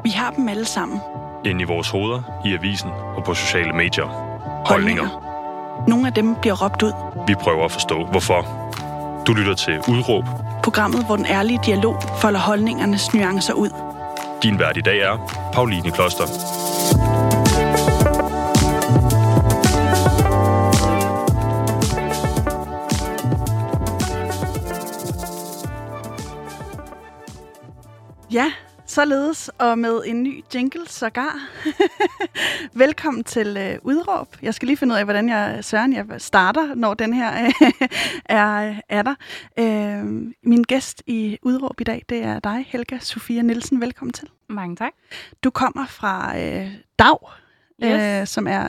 Vi har dem alle sammen. Inde i vores hoveder, i avisen og på sociale medier. Holdninger. Nogle af dem bliver råbt ud. Vi prøver at forstå, hvorfor. Du lytter til Udråb. Programmet, hvor den ærlige dialog folder holdningernes nuancer ud. Din vært i dag er Pauline Kloster. Ja, således og med en ny jingle sågar. Velkommen til Udråb. Jeg skal lige finde ud af, hvordan jeg starter, når den her er der. Min gæst i Udråb i dag, det er dig, Helga Sofia Nielsen. Velkommen til. Mange tak. Du kommer fra DAG, Yes. som er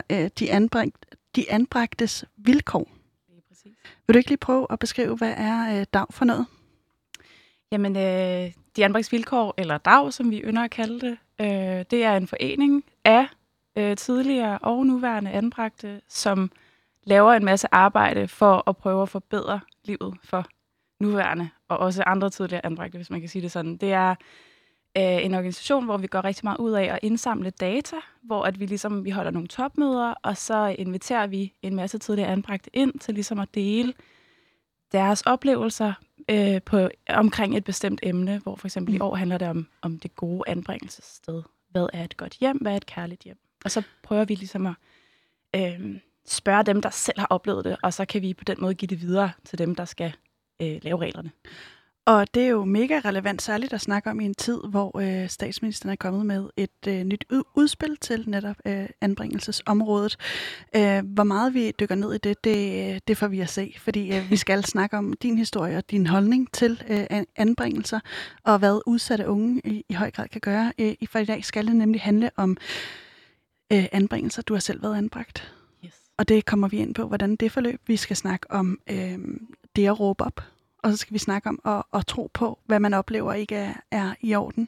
de anbragtes vilkår. Lige præcis. Vil du ikke lige prøve at beskrive, hvad er DAG for noget? Jamen, de anbragtes vilkår, eller DAG, som vi ynder at kalde det, det er en forening af tidligere og nuværende anbragte, som laver en masse arbejde for at prøve at forbedre livet for nuværende og også andre tidligere anbragte, hvis man kan sige det sådan. Det er en organisation, hvor vi går rigtig meget ud af at indsamle data, hvor at vi holder nogle topmøder, og så inviterer vi en masse tidligere anbragte ind til ligesom at dele deres oplevelser omkring et bestemt emne, hvor for eksempel i år handler det om det gode anbringelsessted. Hvad er et godt hjem? Hvad er et kærligt hjem? Og så prøver vi ligesom at spørge dem, der selv har oplevet det, og så kan vi på den måde give det videre til dem, der skal lave reglerne. Og det er jo mega relevant, særligt at snakke om i en tid, hvor statsministeren er kommet med et nyt udspil til netop anbringelsesområdet. Hvor meget vi dykker ned i det får vi at se, fordi vi skal snakke om din historie og din holdning til anbringelser, og hvad udsatte unge i høj grad kan gøre. For i dag skal det nemlig handle om anbringelser. Du har selv været anbragt. Yes. Og det kommer vi ind på, hvordan det forløb. Vi skal snakke om det at råbe op. Og så skal vi snakke om at tro på, hvad man oplever ikke er i orden.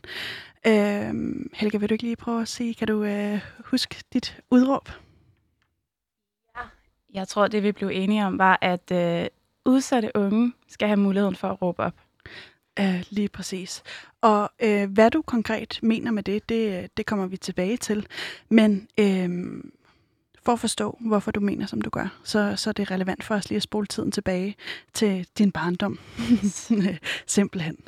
Helga, vil du ikke lige prøve at sige, kan du huske dit udråb? Ja. Jeg tror, det vi blev enige om, var, at udsatte unge skal have muligheden for at råbe op. Lige præcis. Og hvad du konkret mener med det kommer vi tilbage til. Men for at forstå, hvorfor du mener, som du gør, så er det relevant for os lige at spole tiden tilbage til din barndom. Simpelthen.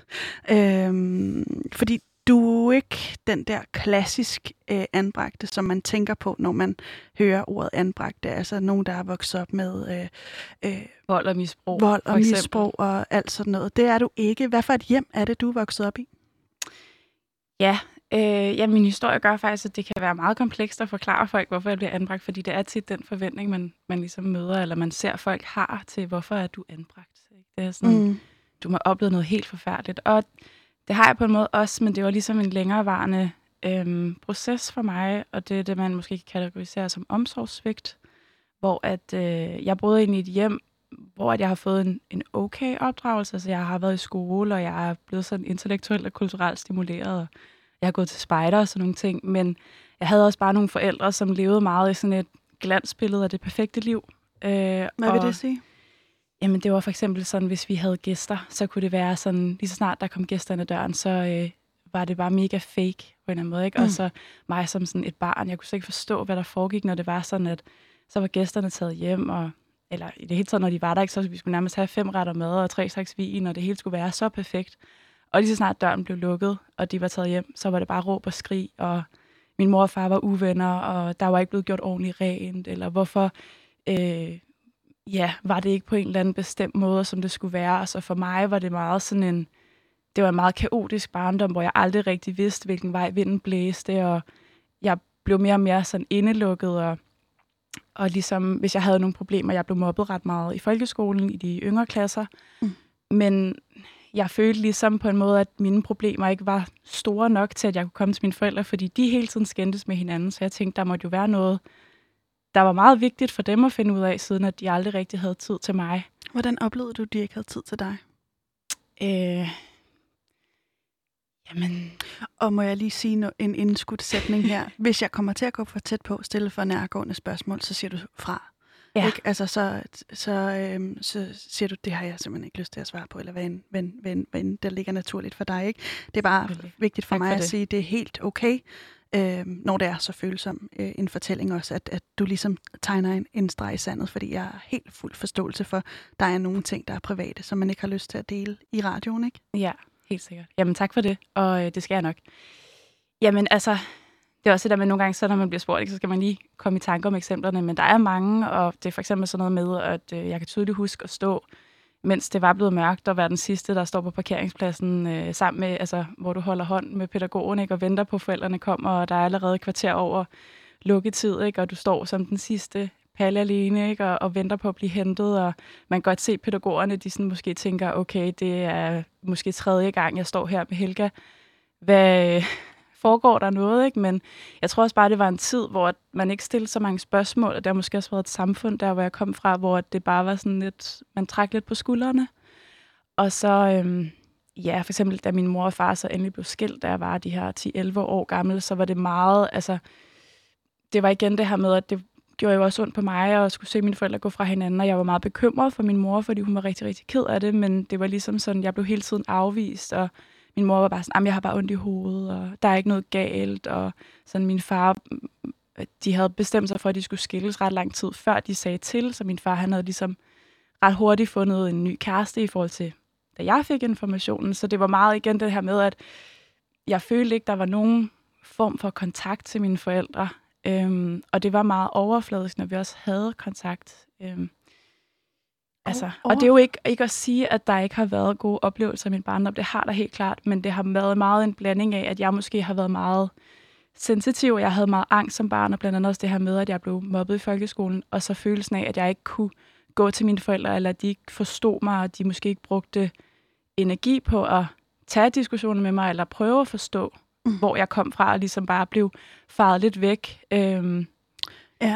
Fordi du er ikke den der klassisk anbragte, som man tænker på, når man hører ordet anbragte. Altså nogen, der er vokset op med Vold og misbrug. Vold og misbrug og alt sådan noget. Det er du ikke. Hvad for et hjem er det, du er vokset op i? Ja, min historie gør faktisk, at det kan være meget komplekst at forklare folk, hvorfor jeg bliver anbragt, fordi det er tit den forventning, man ligesom møder, eller man ser folk har til, hvorfor er du anbragt. Det er sådan, du må opleve noget helt forfærdeligt. Og det har jeg på en måde også, men det var ligesom en længerevarende proces for mig, og det er det, man måske kan kategorisere som omsorgssvigt, hvor at jeg boede ind i et hjem, hvor at jeg har fået en okay opdragelse. Altså jeg har været i skole, og jeg er blevet sådan intellektuelt og kulturelt stimuleret, og jeg har gået til spejder og sådan nogle ting, men jeg havde også bare nogle forældre, som levede meget i sådan et glansbillede af det perfekte liv. Hvad vil det sige? Jamen det var for eksempel sådan, hvis vi havde gæster, så kunne det være sådan, lige så snart der kom gæster ind ad døren, så var det bare mega fake på en eller anden måde, ikke? Og så mig som sådan et barn, jeg kunne slet ikke forstå, hvad der foregik, når det var sådan, at så var gæsterne taget hjem, eller i det hele taget, når de var der, ikke, så vi skulle nærmest have 5 retter mad og 3 slags vin, og det hele skulle være så perfekt. Og lige så snart døren blev lukket, og de var taget hjem, så var det bare råb og skrig, og min mor og far var uvenner, og der var ikke blevet gjort ordentligt rent, eller hvorfor var det ikke på en eller anden bestemt måde, som det skulle være. Altså for mig var det meget sådan det var en meget kaotisk barndom, hvor jeg aldrig rigtig vidste, hvilken vej vinden blæste, og jeg blev mere og mere sådan indelukket, og ligesom, hvis jeg havde nogle problemer, jeg blev mobbet ret meget i folkeskolen, i de yngre klasser, men jeg følte ligesom på en måde, at mine problemer ikke var store nok til, at jeg kunne komme til mine forældre, fordi de hele tiden skændtes med hinanden, så jeg tænkte, der måtte jo være noget, der var meget vigtigt for dem at finde ud af, siden at de aldrig rigtig havde tid til mig. Hvordan oplevede du, at de ikke havde tid til dig? Jamen... Og må jeg lige sige en indskudt sætning her? Hvis jeg kommer til at gå for tæt på, stille for nærgående spørgsmål, så siger du fra. Ja. Ikke? Altså, så siger du, det har jeg simpelthen ikke lyst til at svare på, eller hvad der ligger naturligt for dig. Ikke? Det er bare vigtigt for mig at sige, at det er helt okay, når det er så følsom en fortælling også, at du ligesom tegner en streg i sandet, fordi jeg har helt fuld forståelse for, der er nogle ting, der er private, som man ikke har lyst til at dele i radioen, ikke? Ja, helt sikkert. Jamen tak for det, og det skal jeg nok. Jamen altså, det er også det der med nogle gange, så når man bliver spurgt, så skal man lige komme i tanke om eksemplerne, men der er mange, og det er for eksempel sådan noget med, at jeg kan tydeligt huske at stå, mens det var blevet mørkt, og være den sidste, der står på parkeringspladsen sammen med, altså, hvor du holder hånd med pædagogen, ikke, og venter på, at forældrene kommer, og der er allerede et kvarter over lukketid, ikke, og du står som den sidste palle alene, ikke, og venter på at blive hentet, og man kan godt se pædagogerne, de sådan måske tænker, okay, det er måske 3. gang, jeg står her med Helga. Hvad foregår der noget, ikke? Men jeg tror også bare, det var en tid, hvor man ikke stillede så mange spørgsmål, og der måske også været et samfund der, hvor jeg kom fra, hvor det bare var sådan lidt, man trak lidt på skuldrene. Og så, for eksempel, da min mor og far så endelig blev skilt, da jeg var de her 10-11 år gammel, så var det meget, altså, det var igen det her med, at det gjorde jo også ondt på mig, og skulle se mine forældre gå fra hinanden, og jeg var meget bekymret for min mor, fordi hun var rigtig, rigtig ked af det, men det var ligesom sådan, jeg blev hele tiden afvist, og min mor var bare sådan, jeg har bare ondt i hovedet, og der er ikke noget galt, og sådan min far, de havde bestemt sig for, at de skulle skilles ret lang tid, før de sagde til, så min far, han havde ligesom ret hurtigt fundet en ny kæreste i forhold til, da jeg fik informationen, så det var meget igen det her med, at jeg følte ikke, der var nogen form for kontakt til mine forældre, og det var meget overfladisk, når vi også havde kontakt. Og det er jo ikke at sige, at der ikke har været gode oplevelser i min barndom. Det har der helt klart, men det har været meget en blanding af, at jeg måske har været meget sensitiv, og jeg havde meget angst som barn, og blandt andet også det her med, at jeg blev mobbet i folkeskolen, og så følelsen af, at jeg ikke kunne gå til mine forældre, eller at de ikke forstod mig, og de måske ikke brugte energi på at tage diskussioner med mig, eller prøve at forstå, hvor jeg kom fra, og ligesom bare blev faret lidt væk. Ja,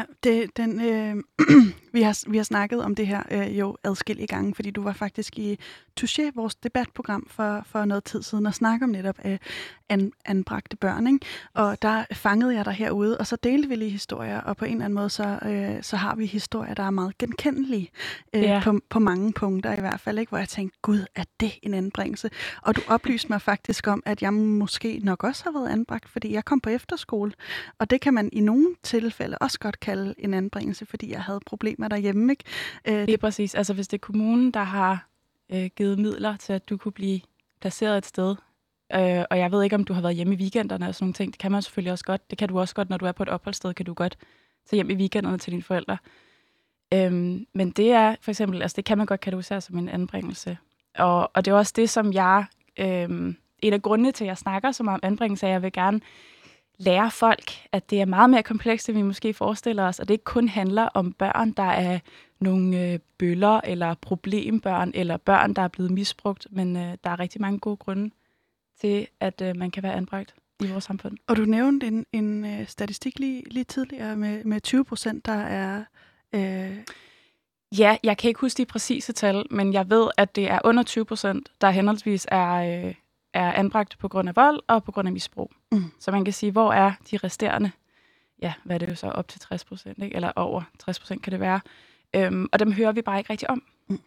vi har snakket om det her jo adskillige gange, fordi du var faktisk i Touché, vores debatprogram for noget tid siden, og snakke om netop anbragte børn, ikke? Og der fangede jeg dig herude, og så delte vi lige historier, og på en eller anden måde, så har vi historier, der er meget genkendelige på mange punkter i hvert fald, ikke? Hvor jeg tænkte, gud, er det en anbringelse? Og du oplyste mig faktisk om, at jeg måske nok også har været anbragt, fordi jeg kom på efterskole, og det kan man i nogle tilfælde også godt kalde en anbringelse, fordi jeg havde problemer derhjemme, ikke? Det er præcis. Altså hvis det er kommunen, der har givet midler til, at du kunne blive placeret et sted, og jeg ved ikke, om du har været hjemme i weekenderne og sådan nogle ting, det kan man selvfølgelig også godt. Det kan du også godt, når du er på et opholdssted, kan du godt tage hjem i weekenderne til dine forældre. Men det er for eksempel, altså det kan man godt kategorisere som en anbringelse. Og det er også det, som jeg, en af grundene til, at jeg snakker så meget om anbringelse, er, at jeg vil gerne lære folk, at det er meget mere komplekst, end vi måske forestiller os, og det ikke kun handler om børn, der er nogle bøller eller problembørn, eller børn, der er blevet misbrugt, men der er rigtig mange gode grunde til, at man kan være anbragt i vores samfund. Og du nævnte en statistik lige tidligere med 20%, der er... Ja, jeg kan ikke huske de præcise tal, men jeg ved, at det er under 20%, der henholdsvis er anbragt på grund af vold og på grund af misbrug. Så man kan sige, hvor er de resterende? Ja, hvad er det jo så? Op til 60%, ikke? Eller over 60% kan det være. Og dem hører vi bare ikke rigtig om.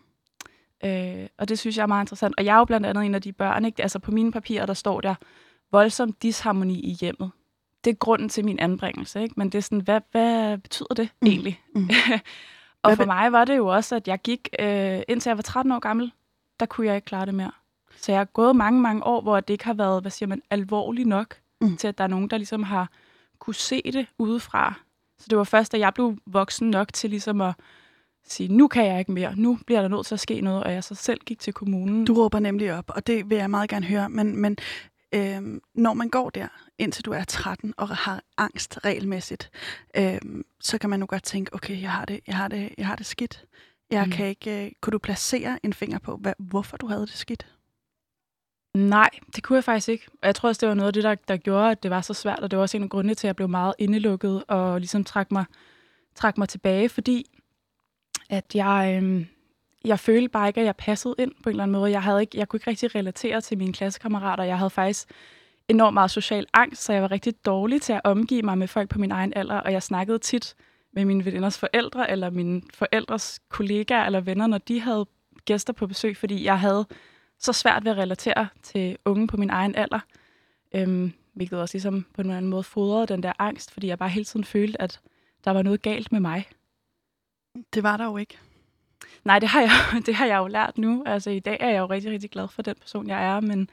Og det synes jeg er meget interessant. Og jeg er jo blandt andet en af de børn, ikke? Altså på mine papirer, der står der voldsom disharmoni i hjemmet. Det er grunden til min anbringelse, ikke? Men det er sådan, hvad betyder det egentlig? Og for mig var det jo også, at jeg gik, indtil jeg var 13 år gammel, der kunne jeg ikke klare det mere. Så jeg har gået mange, mange år, hvor det ikke har været, alvorligt nok, til at der er nogen, der ligesom har kunne se det udefra. Så det var først, da jeg blev voksen nok til ligesom at sige, nu kan jeg ikke mere, nu bliver der nødt til at ske noget, og jeg så selv gik til kommunen. Du råber nemlig op, og det vil jeg meget gerne høre, men når man går der, indtil du er 13 og har angst regelmæssigt, så kan man jo godt tænke, okay, jeg har det skidt. Jeg kan ikke, kunne du placere en finger på, hvorfor du havde det skidt? Nej, det kunne jeg faktisk ikke. Og jeg tror også, det var noget af det, der gjorde, at det var så svært, og det var også en af grundene til, at jeg blev meget indelukket og ligesom trak mig tilbage, fordi at jeg følte bare ikke, at jeg passede ind på en eller anden måde. Jeg kunne ikke rigtig relatere til mine klassekammerater. Jeg havde faktisk enormt meget social angst, så jeg var rigtig dårlig til at omgive mig med folk på min egen alder, og jeg snakkede tit med mine veninders forældre, eller mine forældres kollegaer eller venner, når de havde gæster på besøg, fordi jeg havde så svært ved at relatere til unge på min egen alder. Hvilket også ligesom på en eller anden måde fodrede den der angst, fordi jeg bare hele tiden følte, at der var noget galt med mig. Det var der jo ikke. Nej, det har jeg jo lært nu. Altså i dag er jeg jo rigtig, rigtig glad for den person, jeg er, men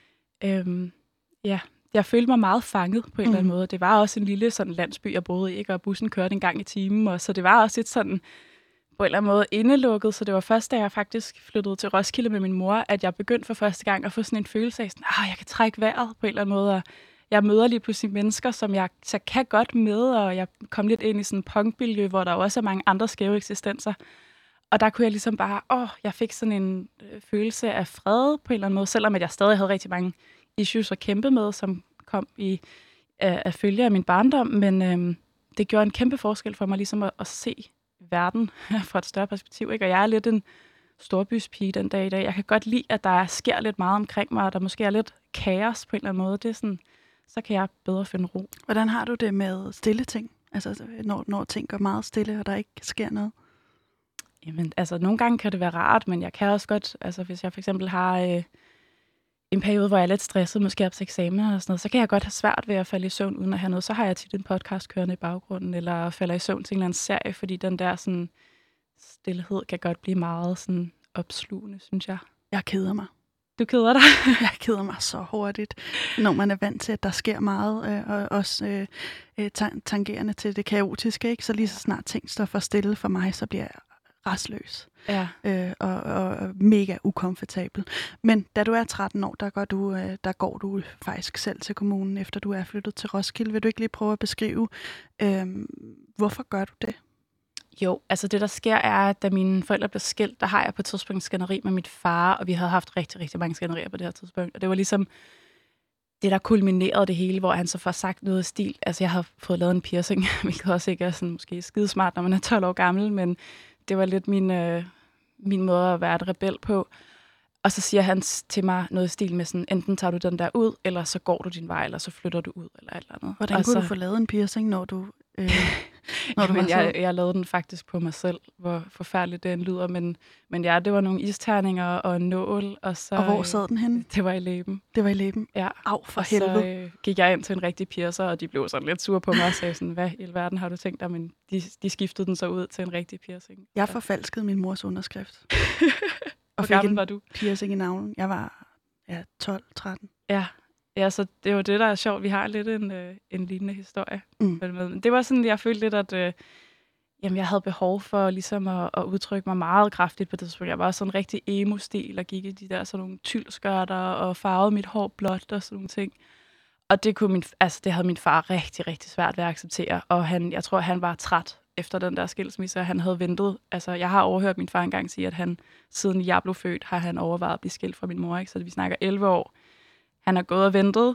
jeg følte mig meget fanget på en eller anden måde. Det var også en lille sådan landsby, jeg boede i, ikke? Og bussen kørte en gang i timen, og så det var også et sådan på en eller anden måde indelukket, så det var først, da jeg faktisk flyttede til Roskilde med min mor, at jeg begyndte for første gang at få sådan en følelse af, sådan, jeg kan trække vejret på en eller anden måde, og jeg møder lige pludselig mennesker, som jeg så kan godt med, og jeg kom lidt ind i sådan en punkmiljø, hvor der også er mange andre skæve eksistenser. Og der kunne jeg ligesom bare, jeg fik sådan en følelse af fred på en eller anden måde, selvom at jeg stadig havde rigtig mange issues at kæmpe med, som kom at følge af min barndom, men det gjorde en kæmpe forskel for mig ligesom at se verden fra et større perspektiv, ikke? Og jeg er lidt en storbyspige den dag i dag. Jeg kan godt lide, at der sker lidt meget omkring mig, og der måske er lidt kaos på en eller anden måde. Det er sådan, så kan jeg bedre finde ro. Hvordan har du det med stille ting? Altså, når ting går meget stille, og der ikke sker noget? Jamen, altså, nogle gange kan det være rart, men jeg kan også godt, altså, hvis jeg for eksempel har en periode, hvor jeg er lidt stresset, måske op til eksamen og sådan noget, så kan jeg godt have svært ved at falde i søvn uden at have noget. Så har jeg tit en podcast kørende i baggrunden, eller falder i søvn til en eller anden serie, fordi den der sådan stillhed kan godt blive meget sådan opslugende, synes jeg. Jeg keder mig. Du keder dig? Jeg keder mig så hurtigt, når man er vant til, at der sker meget, og også tangerende til det kaotiske, ikke? Så lige så snart ting står for stille for mig, så bliver jeg rastløs. Ja. Og mega ukomfortabel. Men da du er 13 år, der går du faktisk selv til kommunen, efter du er flyttet til Roskilde. Vil du ikke lige prøve at beskrive, hvorfor gør du det? Jo, altså det der sker er, at da mine forældre blev skilt, der har jeg på et tidspunkt skænderi med mit far, og vi havde haft rigtig, rigtig mange skænderier på det her tidspunkt. Og det var ligesom det, der kulminerede det hele, hvor han så får sagt noget i stil. Altså jeg har fået lavet en piercing, hvilket også ikke er sådan måske skidesmart, når man er 12 år gammel, men det var lidt min måde at være et rebel på. Og så siger han til mig noget i stil med sådan, enten tager du den der ud, eller så går du din vej, eller så flytter du ud, eller et eller andet. Hvordan kunne du få lavet en piercing, når du... Jeg lavede den faktisk på mig selv, hvor forfærdeligt den lyder, men ja, det var nogle isterninger og en nål, og så... Og hvor sad den henne? Det var i læben. Det var i læben? Ja. Au, for helvede. Så gik jeg ind til en rigtig piercer, og de blev sådan lidt sure på mig og sagde sådan, hvad i alverden har du tænkt dig? Men de skiftede den så ud til en rigtig piercing. Jeg forfalskede min mors underskrift. Hvor gammel var du? Piercing i navlen. Jeg var 12-13. Ja, så det er jo det, der er sjovt. Vi har lidt en lignende historie. Men det var sådan, jeg følte lidt, at jeg havde behov for ligesom at udtrykke mig meget kraftigt på det tidspunkt. Jeg var sådan en rigtig emo-stil og gik i de der sådan nogle tyldskørter og farvede mit hår blåt og sådan nogle ting. Og det havde min far rigtig, rigtig svært ved at acceptere. Og jeg tror, han var træt efter den der skilsmisse, og han havde ventet. Altså, jeg har overhørt min far engang sige, at han, siden jeg blev født, har han overvejet at blive skilt fra min mor. Ikke? Så vi snakker 11 år. Han har gået og ventet.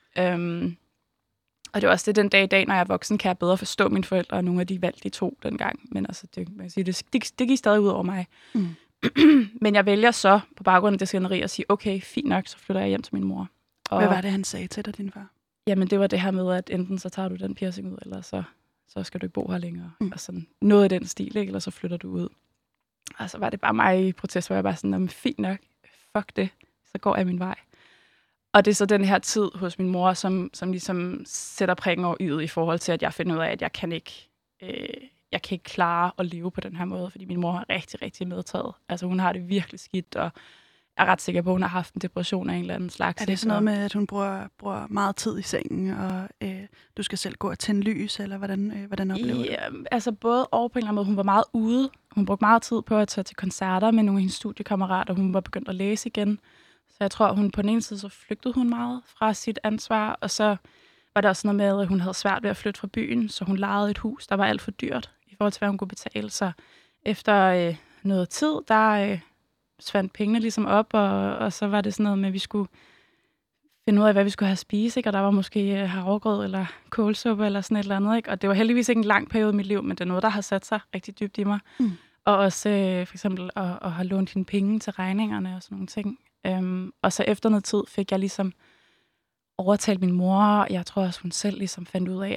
Og det er også det den dag i dag, når jeg er voksen, kan jeg bedre forstå mine forældre, og nogle af de valg, de tog dengang. Men altså, det gik stadig ud over mig. Men jeg vælger så på baggrund af det skænderi at sige, okay, fint nok, så flytter jeg hjem til min mor. Og hvad var det, han sagde til dig, din far? Jamen, det var det her med, at enten så tager du den piercing ud, eller så skal du ikke bo her længere. Og sådan noget af den stil, ikke? Eller så flytter du ud. Og så var det bare mig i protest, hvor jeg bare sådan, fint nok, fuck det, så går jeg min vej. Og det er så den her tid hos min mor, som ligesom sætter prikken over i'et i forhold til, at jeg finder ud af, at jeg kan ikke klare at leve på den her måde, fordi min mor har rigtig, rigtig medtaget. Altså hun har det virkelig skidt, og jeg er ret sikker på, at hun har haft en depression af en eller anden slags. Er det sådan noget med, at hun bruger meget tid i sengen, og du skal selv gå og tænde lys, eller hvordan oplever du det? Ja, altså både og på en eller anden måde. Hun var meget ude. Hun brugte meget tid på at tage til koncerter med nogle af hendes studiekammerater. Hun var begyndt at læse igen. Så jeg tror, hun på den ene side, så flygtede hun meget fra sit ansvar, og så var der også noget med, at hun havde svært ved at flytte fra byen, så hun lejede et hus, der var alt for dyrt i forhold til, hvad hun kunne betale. Så efter noget tid, der svandt pengene ligesom op, og så var det sådan noget med, at vi skulle finde ud af, hvad vi skulle have at spise, ikke? Og der var måske havregrød eller kålsuppe eller sådan et eller andet, ikke? Og det var heldigvis ikke en lang periode i mit liv, men det er noget, der har sat sig rigtig dybt i mig. Og også for eksempel at have lånt hende penge til regningerne og sådan nogle ting. Og så efter noget tid fik jeg ligesom overtalt min mor. Jeg tror også, hun selv ligesom fandt ud af, at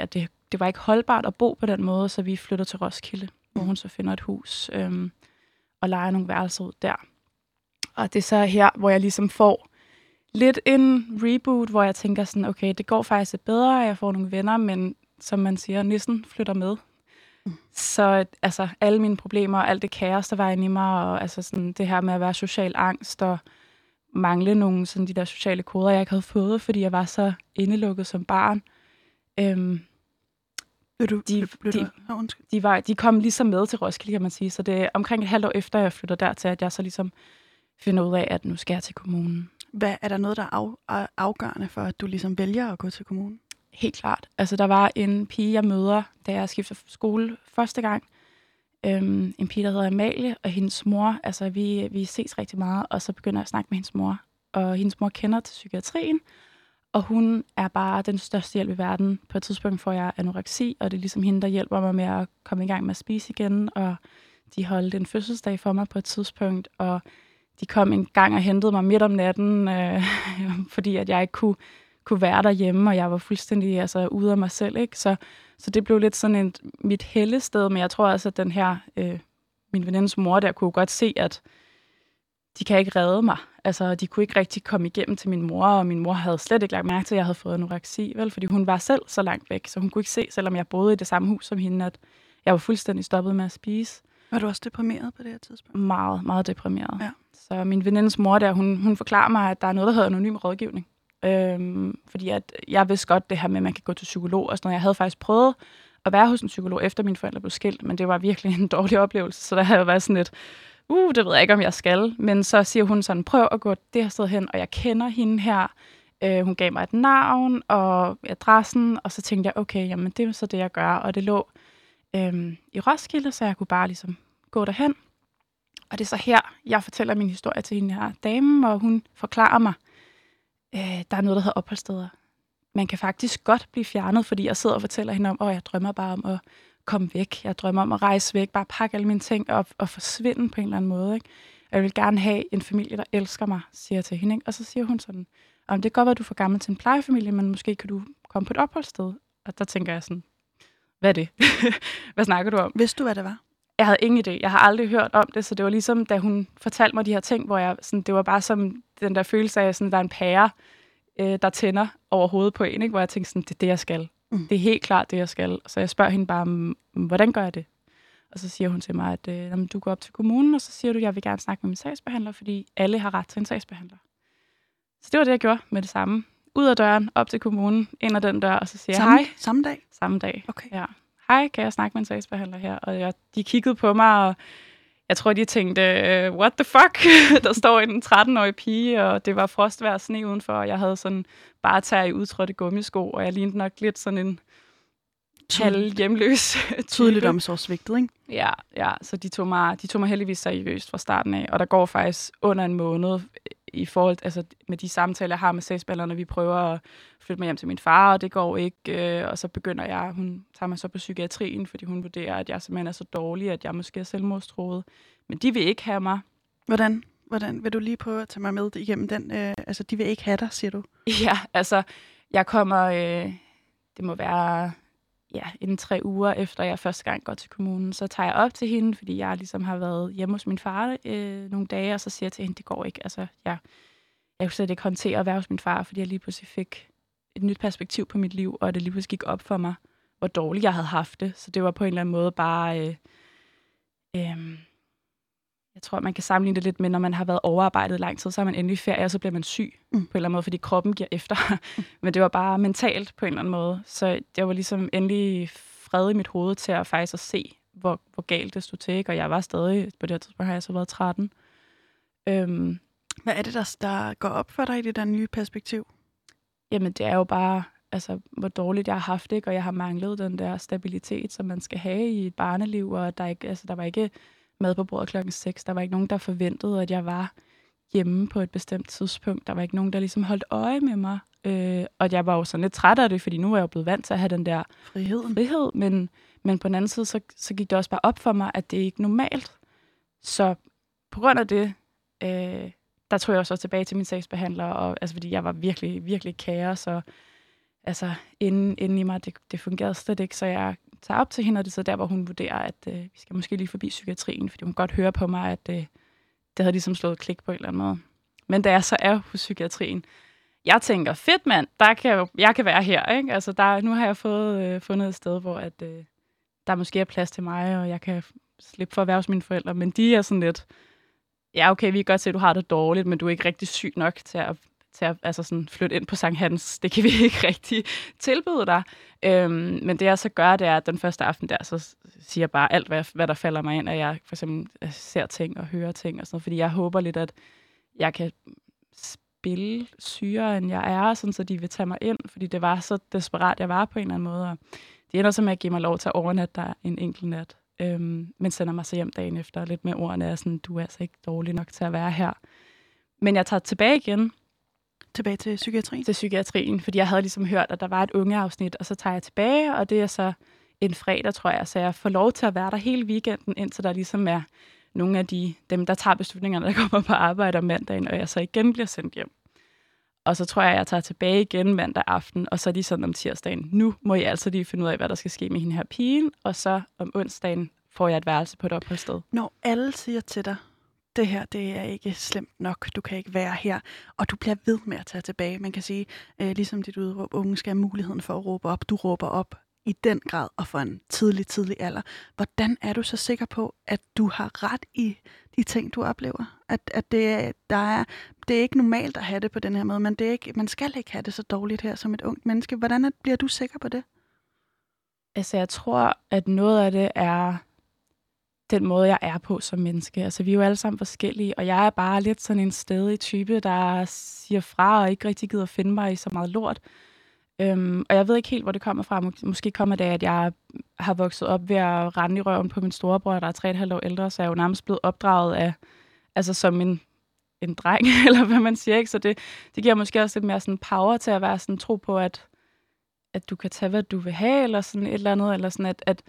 det var ikke holdbart at bo på den måde, så vi flytter til Roskilde, hvor hun så finder et hus og lejer nogle værelser ud der. Og det er så her, hvor jeg ligesom får lidt en reboot, hvor jeg tænker sådan, okay, det går faktisk lidt bedre, jeg får nogle venner, men som man siger, nissen flytter med. Så altså, alle mine problemer og alt det kaos, der var inde i mig, og altså sådan, det her med at være social angst og mangle nogle sådan de der sociale koder, jeg ikke havde fået, fordi jeg var så indelukket som barn. De kom ligesom med til Roskilde, kan man sige. Så det er omkring et halvt år efter, jeg flytter dertil, at jeg så ligesom finder ud af, at nu skal jeg til kommunen. Hvad er der noget, der er afgørende for, at du ligesom vælger at gå til kommunen? Helt klart. Altså, der var en pige, jeg møder, da jeg skifter skole første gang. En pige, der hedder Amalie, og hendes mor. Altså, vi ses rigtig meget, og så begynder jeg at snakke med hendes mor. Og hendes mor kender til psykiatrien, og hun er bare den største hjælp i verden. På et tidspunkt får jeg anoreksi, og det er ligesom hende, der hjælper mig med at komme i gang med at spise igen. Og de holdt en fødselsdag for mig på et tidspunkt, og de kom en gang og hentede mig midt om natten, fordi at jeg ikke kunne være derhjemme, og jeg var fuldstændig ude af mig selv, ikke? Så det blev lidt sådan mit hellested, men jeg tror altså, at den her, min venindes mor der, kunne godt se, at de kan ikke redde mig. Altså, de kunne ikke rigtig komme igennem til min mor, og min mor havde slet ikke lagt mærke til, at jeg havde fået anoreksi, vel? Fordi hun var selv så langt væk, så hun kunne ikke se, selvom jeg boede i det samme hus som hende, at jeg var fuldstændig stoppet med at spise. Var du også deprimeret på det her tidspunkt? Meget, meget deprimeret. Ja. Så min venindes mor der, hun forklarer mig, at der er noget, der hedder anonym rådgivning. Fordi at jeg vidste godt det her med, at man kan gå til psykolog og sådan noget. Jeg havde faktisk prøvet at være hos en psykolog, efter mine forældre blev skilt, men det var virkelig en dårlig oplevelse, så der havde jeg været sådan lidt, det ved jeg ikke, om jeg skal. Men så siger hun sådan, prøv at gå det her sted hen, og jeg kender hende her. Hun gav mig et navn og adressen, og så tænkte jeg, okay, jamen det er så det, jeg gør. Og det lå i Roskilde, så jeg kunne bare ligesom gå derhen. Og det er så her, jeg fortæller min historie til hende her dame, og hun forklarer mig, der er noget, der hedder opholdssteder. Man kan faktisk godt blive fjernet, fordi jeg sidder og fortæller hende om, jeg drømmer bare om at komme væk. Jeg drømmer om at rejse væk, bare pakke alle mine ting op og forsvinde på en eller anden måde. Ikke? Jeg vil gerne have en familie, der elsker mig, siger jeg til hende. Ikke? Og så siger hun sådan, det kan godt være, at du er for gammel til en plejefamilie, men måske kan du komme på et opholdssted. Og der tænker jeg sådan, hvad er det? Hvad snakker du om? Vidste du, hvad det var? Jeg havde ingen idé. Jeg har aldrig hørt om det, så det var ligesom, da hun fortalte mig de her ting, hvor jeg sådan, det var bare som den der følelse af, sådan, der er en pære, der tænder over hovedet på en, ikke? Hvor jeg tænkte sådan, det er det, jeg skal. Det er helt klart det, jeg skal. Så jeg spørger hende bare, hvordan gør jeg det? Og så siger hun til mig, at du går op til kommunen, og så siger du, at jeg vil gerne snakke med min sagsbehandler, fordi alle har ret til en sagsbehandler. Så det var det, jeg gjorde med det samme. Ud af døren, op til kommunen, ind ad den dør, og så siger jeg hej. Samme dag? Samme dag, okay. Ja. Hej, kan jeg snakke med en sagsbehandler her? Og de kiggede på mig, og jeg tror, de tænkte, what the fuck? Der står en 13-årig pige, og det var frostvejr og sne udenfor, og jeg havde sådan bare taget i udtrådte gummisko, og jeg lignede nok lidt sådan en halv hjemløs type. Tydeligt omsorgsvigtet, ikke? Ja, så de tog mig heldigvis seriøst fra starten af, og der går faktisk under en måned i forhold altså med de samtaler, jeg har med sagsbehandlerne, vi prøver at flytte mig hjem til min far, og det går ikke, og så begynder hun tager mig så på psykiatrien, fordi hun vurderer, at jeg simpelthen er så dårlig, at jeg måske er selvmordstruet. Men de vil ikke have mig. Hvordan vil du lige prøve at tage mig med igennem den? Altså, de vil ikke have dig, siger du? Ja, altså, jeg kommer, det må være inden 3 uger efter jeg første gang går til kommunen, så tager jeg op til hende, fordi jeg ligesom har været hjemme hos min far nogle dage, og så siger jeg til hende, det går ikke. Altså, jeg kunne slet ikke håndtere at være hos min far, fordi jeg lige pludselig fik et nyt perspektiv på mit liv, og det lige pludselig gik op for mig, hvor dårligt jeg havde haft det. Så det var på en eller anden måde bare... jeg tror, man kan sammenligne det lidt med, når man har været overarbejdet lang tid, så er man endelig ferie, og så bliver man syg på en eller anden måde, fordi kroppen giver efter. Men det var bare mentalt på en eller anden måde. Så det var ligesom endelig fred i mit hoved til at faktisk at se, hvor galt det stod til. Ikke? Og jeg var stadig, på det her tidspunkt har jeg så været 13. Hvad er det, der går op for dig i det der nye perspektiv? Jamen, det er jo bare, altså, hvor dårligt jeg har haft det, og jeg har manglet den der stabilitet, som man skal have i et barneliv, og der var ikke mad på bordet klokken 6. Der var ikke nogen, der forventede, at jeg var hjemme på et bestemt tidspunkt. Der var ikke nogen, der ligesom holdt øje med mig. Og jeg var jo sådan lidt træt af det, fordi nu er jeg jo blevet vant til at have den der frihed. Men på den anden side, så gik det også bare op for mig, at det ikke er normalt. Så på grund af det, der tog jeg også tilbage til min sagsbehandler, og, altså, fordi jeg var virkelig, virkelig kaos, og altså inden i mig, det fungerede slet ikke, så jeg tager op til hende, og det er så der, hvor hun vurderer, at vi skal måske lige forbi psykiatrien, fordi hun godt hører på mig, at det havde ligesom slået klik på en eller anden måde. Men da jeg så er hos psykiatrien, jeg tænker, fedt mand, jeg kan være her, ikke? Altså nu har jeg fundet et sted, hvor at, der måske er plads til mig, og jeg kan slippe for at være hos mine forældre, men de er sådan lidt, ja okay, vi kan godt se, at du har det dårligt, men du er ikke rigtig syg nok til at altså sådan flytte ind på Sankt Hans. Det kan vi ikke rigtig tilbyde dig. Men det jeg så gør, det er, at den første aften der, så siger jeg bare alt, hvad der falder mig ind, at jeg for eksempel ser ting og hører ting og sådan noget, fordi jeg håber lidt, at jeg kan spille syre, end jeg er, sådan, så de vil tage mig ind, fordi det var så desperat, jeg var på en eller anden måde, og de ender så med at give mig lov til at overnatte der en enkelt nat, men sender mig så hjem dagen efter, lidt med ordene af sådan, du er altså ikke dårlig nok til at være her. Men jeg tager tilbage igen. Tilbage til psykiatrien? Til psykiatrien, fordi jeg havde ligesom hørt, at der var et ungeafsnit, og så tager jeg tilbage, og det er så en fredag, tror jeg, så jeg får lov til at være der hele weekenden, indtil der ligesom er nogle af dem, der tager beslutningerne, der kommer på arbejde om mandagen, og jeg så igen bliver sendt hjem. Og så tror jeg tager tilbage igen mandag aften, og så er de sådan om tirsdagen, nu må I altså lige finde ud af, hvad der skal ske med hende her pigen, og så om onsdagen får jeg et værelse på et opholdssted. Når alle siger til dig, det her, det er ikke slemt nok, du kan ikke være her, og du bliver ved med at tage tilbage. Man kan sige, ligesom dit udråb, unge skal have muligheden for at råbe op. Du råber op i den grad, og for en tidlig alder. Hvordan er du så sikker på, at du har ret i de ting, du oplever? At det er ikke normalt at have det på den her måde, men man skal ikke have det så dårligt her som et ungt menneske. Hvordan bliver du sikker på det? Altså, jeg tror, at noget af det er den måde, jeg er på som menneske. Altså, vi er jo alle sammen forskellige, og jeg er bare lidt sådan en stedig type, der siger fra og ikke rigtig gider finde mig i så meget lort. Og jeg ved ikke helt, hvor det kommer fra. Måske kommer det af, at jeg har vokset op ved at rende i røven på min storebror, der er 3,5 år ældre, så jeg er jo nærmest blevet opdraget af, altså som en dreng, eller hvad man siger, ikke? Så det giver måske også lidt mere sådan power til at være sådan tro på, at du kan tage, hvad du vil have, eller sådan et eller andet, eller sådan at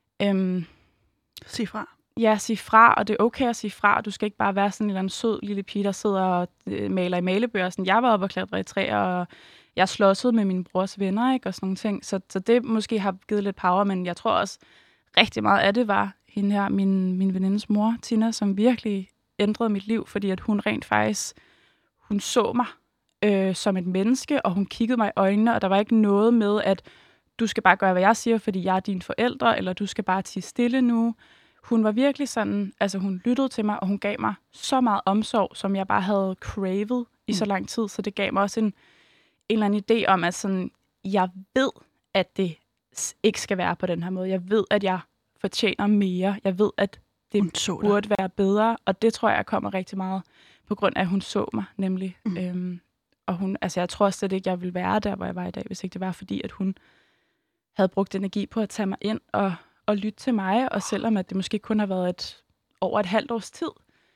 sig fra. Ja, sig fra, og det er okay at sige fra. Du skal ikke bare være sådan en eller anden sød lille pige, der sidder og maler i malebøger. Sådan, jeg var oppe og klatre i træer, og jeg slåsede med min brors venner, ikke? Og sådan nogle ting. Så det måske har givet lidt power, men jeg tror også rigtig meget af det var hende her, min venindes mor, Tina, som virkelig ændrede mit liv, fordi at hun rent faktisk, hun så mig som et menneske, og hun kiggede mig i øjnene, og der var ikke noget med, at du skal bare gøre, hvad jeg siger, fordi jeg er dine forældre, eller du skal bare tie stille nu. Hun var virkelig sådan, altså hun lyttede til mig, og hun gav mig så meget omsorg, som jeg bare havde cravet i så lang tid, så det gav mig også en eller anden idé om, at sådan, jeg ved, at det ikke skal være på den her måde. Jeg ved, at jeg fortjener mere. Jeg ved, at det burde være bedre, og det tror jeg kommer rigtig meget på grund af, at hun så mig, nemlig. Og hun, altså jeg tror slet ikke, jeg ville være der, hvor jeg var i dag, hvis ikke det var, fordi at hun havde brugt energi på at tage mig ind og lytte til mig, og selvom at det måske kun har været over et halvt års tid.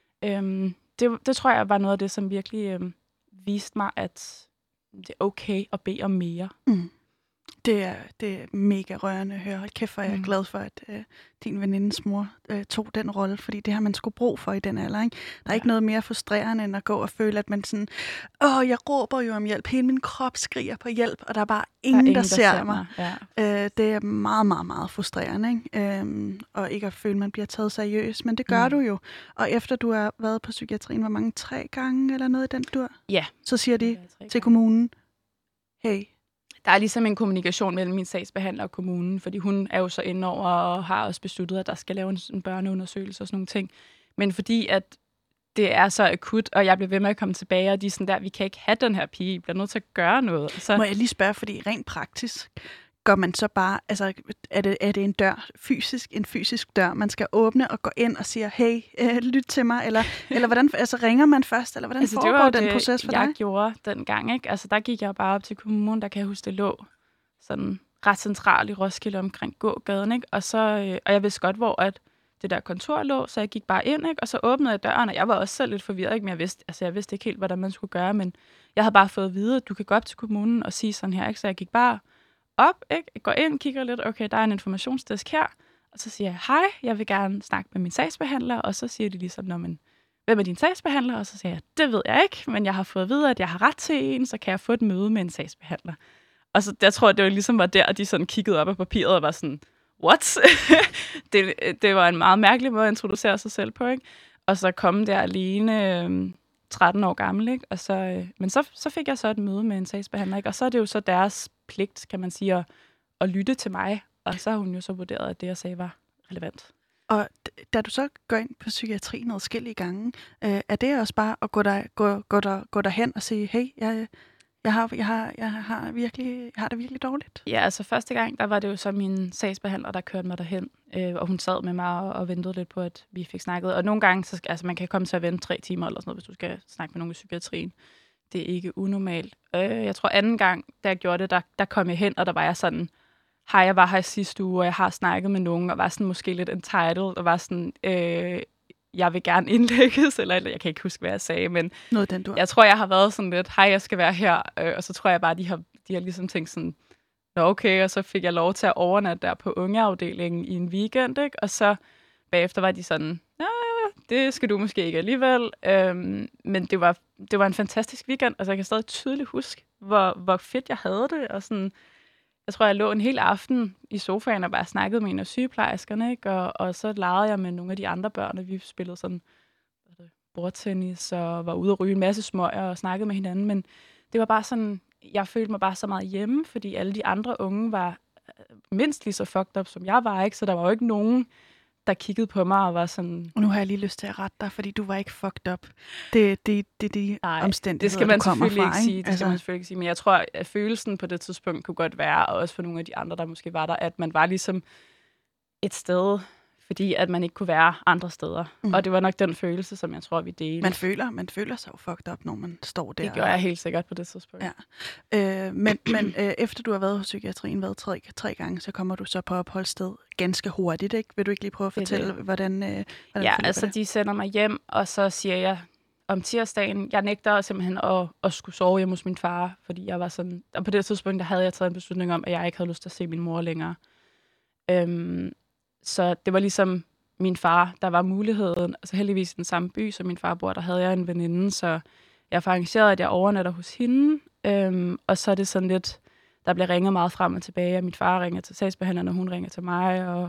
Det tror jeg var noget af det, som virkelig viste mig, at det er okay at bede om mere. Det er mega rørende at høre. Hold kæft, hvor jeg er glad for, at din venindes mor tog den rolle, fordi det har man sgu brug for i den alder, ikke? Der er ikke noget mere frustrerende, end at gå og føle, at man sådan, jeg råber jo om hjælp, hele min krop skriger på hjælp, og der er bare ingen, der ser mig. Ja. Det er meget, meget, meget frustrerende, ikke? Og ikke at føle, at man bliver taget seriøst, men det gør du jo. Og efter du har været på psykiatrien, hvor mange 3 gange eller noget i den dur? Ja. Så siger de til kommunen, hey, der er ligesom en kommunikation mellem min sagsbehandler og kommunen, fordi hun er jo så inde over og har også besluttet, at der skal lave en børneundersøgelse og sådan nogle ting. Men fordi at det er så akut, og jeg bliver ved med at komme tilbage, og de er sådan der, vi kan ikke have den her pige, vi bliver nødt til at gøre noget. Så må jeg lige spørge, fordi rent praktisk, går man så bare, altså er det en dør, en fysisk dør, man skal åbne og gå ind og sige, hey, lyt til mig, eller hvordan, altså ringer man først, eller hvordan altså, foregår den proces for dig? Jeg gjorde dengang, ikke? Altså der gik jeg bare op til kommunen, der kan jeg huske, det lå sådan ret centralt i Roskilde omkring gågaden, ikke? Og jeg vidste godt, hvor at det der kontor lå, så jeg gik bare ind, ikke? Og så åbnede jeg døren, og jeg var også selv lidt forvirret, ikke? Men jeg vidste ikke helt, hvordan man skulle gøre, men jeg havde bare fået at vide, at du kan gå op til kommunen og sige sådan her, ikke? Så jeg gik bare op, ikke? Jeg går ind, kigger lidt, okay, der er en informationsdesk her, og så siger jeg, hej, jeg vil gerne snakke med min sagsbehandler, og så siger de ligesom, men hvem er din sagsbehandler? Og så siger jeg, det ved jeg ikke, men jeg har fået at vide, at jeg har ret til en, så kan jeg få et møde med en sagsbehandler. Og så jeg tror, det var ligesom var der, at de sådan kiggede op af papiret og var sådan, what? det var en meget mærkelig måde at introducere sig selv på, ikke? Og så komme der alene 13 år gammel, ikke? Og så, men så fik jeg så et møde med en sagsbehandler, ikke? Og så er det jo så deres pligt, kan man sige, at lytte til mig. Og så har hun jo så vurderet, at det, jeg sagde, var relevant. Og da du så går ind på psykiatrien adskillige gange, er det også bare at gå derhen og sige, hey, jeg har det virkelig dårligt? Ja, altså første gang, der var det jo så min sagsbehandler, der kørte mig derhen, og hun sad med mig og ventede lidt på, at vi fik snakket. Og nogle gange, så man kan komme til at vente 3 timer eller sådan noget, hvis du skal snakke med nogen i psykiatrien. Det er ikke unormalt. Jeg tror anden gang, da jeg gjorde det, der kom jeg hen, og der var jeg sådan, hej, jeg var her i sidste uge, og jeg har snakket med nogen, og var sådan måske lidt entitled, og var sådan, jeg vil gerne indlægges, eller jeg kan ikke huske, hvad jeg sagde, men jeg tror, jeg har været sådan lidt, hej, jeg skal være her, og så tror jeg bare, de har ligesom tænkt sådan, nå okay, og så fik jeg lov til at overnatte der på ungeafdelingen i en weekend, ikke? Og så bagefter var de sådan, det skal du måske ikke alligevel, men det var en fantastisk weekend, altså jeg kan stadig tydeligt huske, hvor fedt jeg havde det, og sådan, jeg tror, jeg lå en hel aften i sofaen og bare snakkede med en af sygeplejerskerne, ikke? Og så legede jeg med nogle af de andre børn, og vi spillede sådan bordtennis og var ude og ryge en masse smøger og snakkede med hinanden. Men det var bare sådan, jeg følte mig bare så meget hjemme, fordi alle de andre unge var mindst lige så fucked up, som jeg var, ikke? Så der var jo ikke nogen, der kiggede på mig og var sådan... Og nu har jeg lige lyst til at rette dig, fordi du var ikke fucked up. Det er de omstændigheder, det skal man du kommer selvfølgelig fra, ikke sige. Det skal man selvfølgelig ikke sige. Men jeg tror, at følelsen på det tidspunkt kunne godt være, og også for nogle af de andre, der måske var der, at man var ligesom et sted, fordi at man ikke kunne være andre steder. Og det var nok den følelse, som jeg tror, vi delte. Man føler sig jo fucked up, når man står der. Det gjorde jeg helt sikkert på det tidspunkt. Ja. Men efter du har været hos psykiatrien tre gange, så kommer du så på opholdssted ganske hurtigt, ikke? Vil du ikke lige prøve at fortælle, hvordan ja, altså de sender mig hjem, og så siger jeg om tirsdagen, jeg nægter simpelthen at skulle sove hjemme hos min far, fordi jeg var sådan, og på det tidspunkt, der havde jeg taget en beslutning om, at jeg ikke havde lyst til at se min mor længere. Så det var ligesom min far, der var muligheden. Altså heldigvis i den samme by, som min far bor, der havde jeg en veninde, så jeg får arrangeret, at jeg overnatter hos hende. Og så er det sådan lidt, der bliver ringet meget frem og tilbage, og min far ringer til sagsbehandleren, og hun ringer til mig, og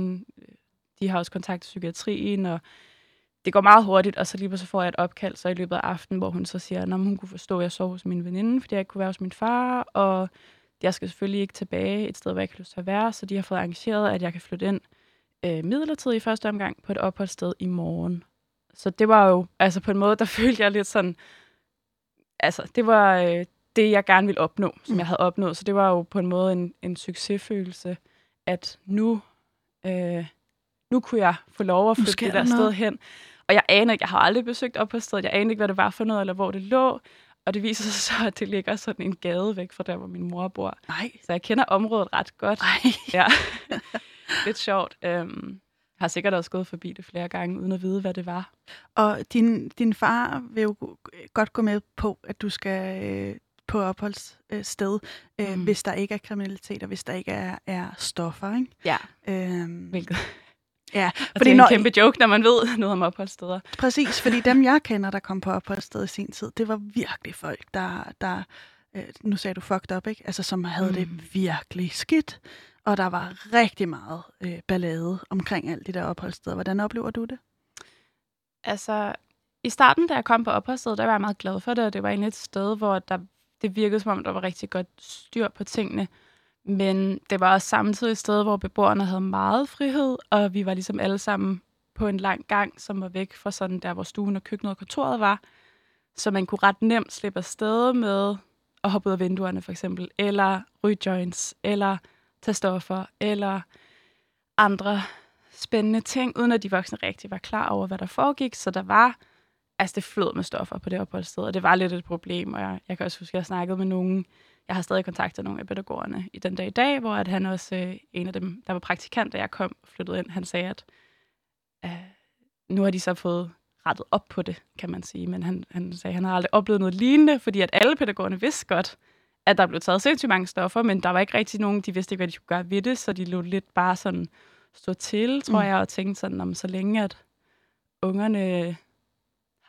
de har også kontakt til psykiatrien, og det går meget hurtigt, og så lige så får jeg et opkald så i løbet af aftenen, hvor hun så siger, at hun kunne forstå, at jeg sov hos min veninde, fordi jeg ikke kunne være hos min far, og jeg skal selvfølgelig ikke tilbage et sted, hvor jeg ikke har lyst til at være, så de har fået arrangeret, at jeg kan flytte ind midlertidigt i første omgang på et opholdssted i morgen. Så det var jo, altså på en måde, der følte jeg lidt sådan, altså det var det, jeg gerne ville opnå, som jeg havde opnået. Så det var jo på en måde en succesfølelse, at nu kunne jeg få lov at flytte det der sted hen. Og jeg aner ikke, jeg har aldrig besøgt opholdsstedet, jeg aner ikke, hvad det var for noget, eller hvor det lå. Og det viser sig så, at det ligger sådan en gade væk fra der, hvor min mor bor. Nej. Så jeg kender området ret godt. Nej. Ja. Lidt sjovt. Jeg har sikkert også gået forbi det flere gange, uden at vide, hvad det var. Og din far vil jo godt gå med på, at du skal på opholdssted, hvis der ikke er kriminalitet, og hvis der ikke er stoffer, ikke? Ja. Hvilket... Ja, fordi det er en kæmpe joke, når man ved noget om opholdssteder. Præcis, fordi dem, jeg kender, der kom på opholdssted i sin tid, det var virkelig folk, der nu sagde du fucked up, ikke? Altså, som havde det virkelig skidt. Og der var rigtig meget ballade omkring alt de der opholdssteder. Hvordan oplever du det? Altså, i starten, da jeg kom på opholdsstedet, der var jeg meget glad for det, og det var egentlig et sted, hvor det virkede som om, der var rigtig godt styr på tingene. Men det var også samtidig et sted, hvor beboerne havde meget frihed, og vi var ligesom alle sammen på en lang gang, som var væk fra sådan der, hvor stuen og køkkenet og kontoret var. Så man kunne ret nemt slippe afsted med at hoppe ud af vinduerne, for eksempel, eller ryge joints, eller tage stoffer, eller andre spændende ting, uden at de voksne rigtig var klar over, hvad der foregik. Så der var, altså det flød med stoffer på det opholdssted, og det var lidt et problem, og jeg kan også huske, at jeg snakkede med nogen. Jeg har stadig kontakt med nogle af pædagogerne i den dag i dag, hvor at han også, en af dem, der var praktikant, da jeg kom og flyttede ind, han sagde, at nu har de så fået rettet op på det, kan man sige. Men han sagde, at han havde aldrig oplevet noget lignende, fordi at alle pædagogerne vidste godt, at der blev taget sindssygt mange stoffer, men der var ikke rigtig nogen, de vidste ikke, hvad de skulle gøre ved det, så de lå lidt bare sådan stå til, tror jeg, og tænkte sådan, om så længe at ungerne har det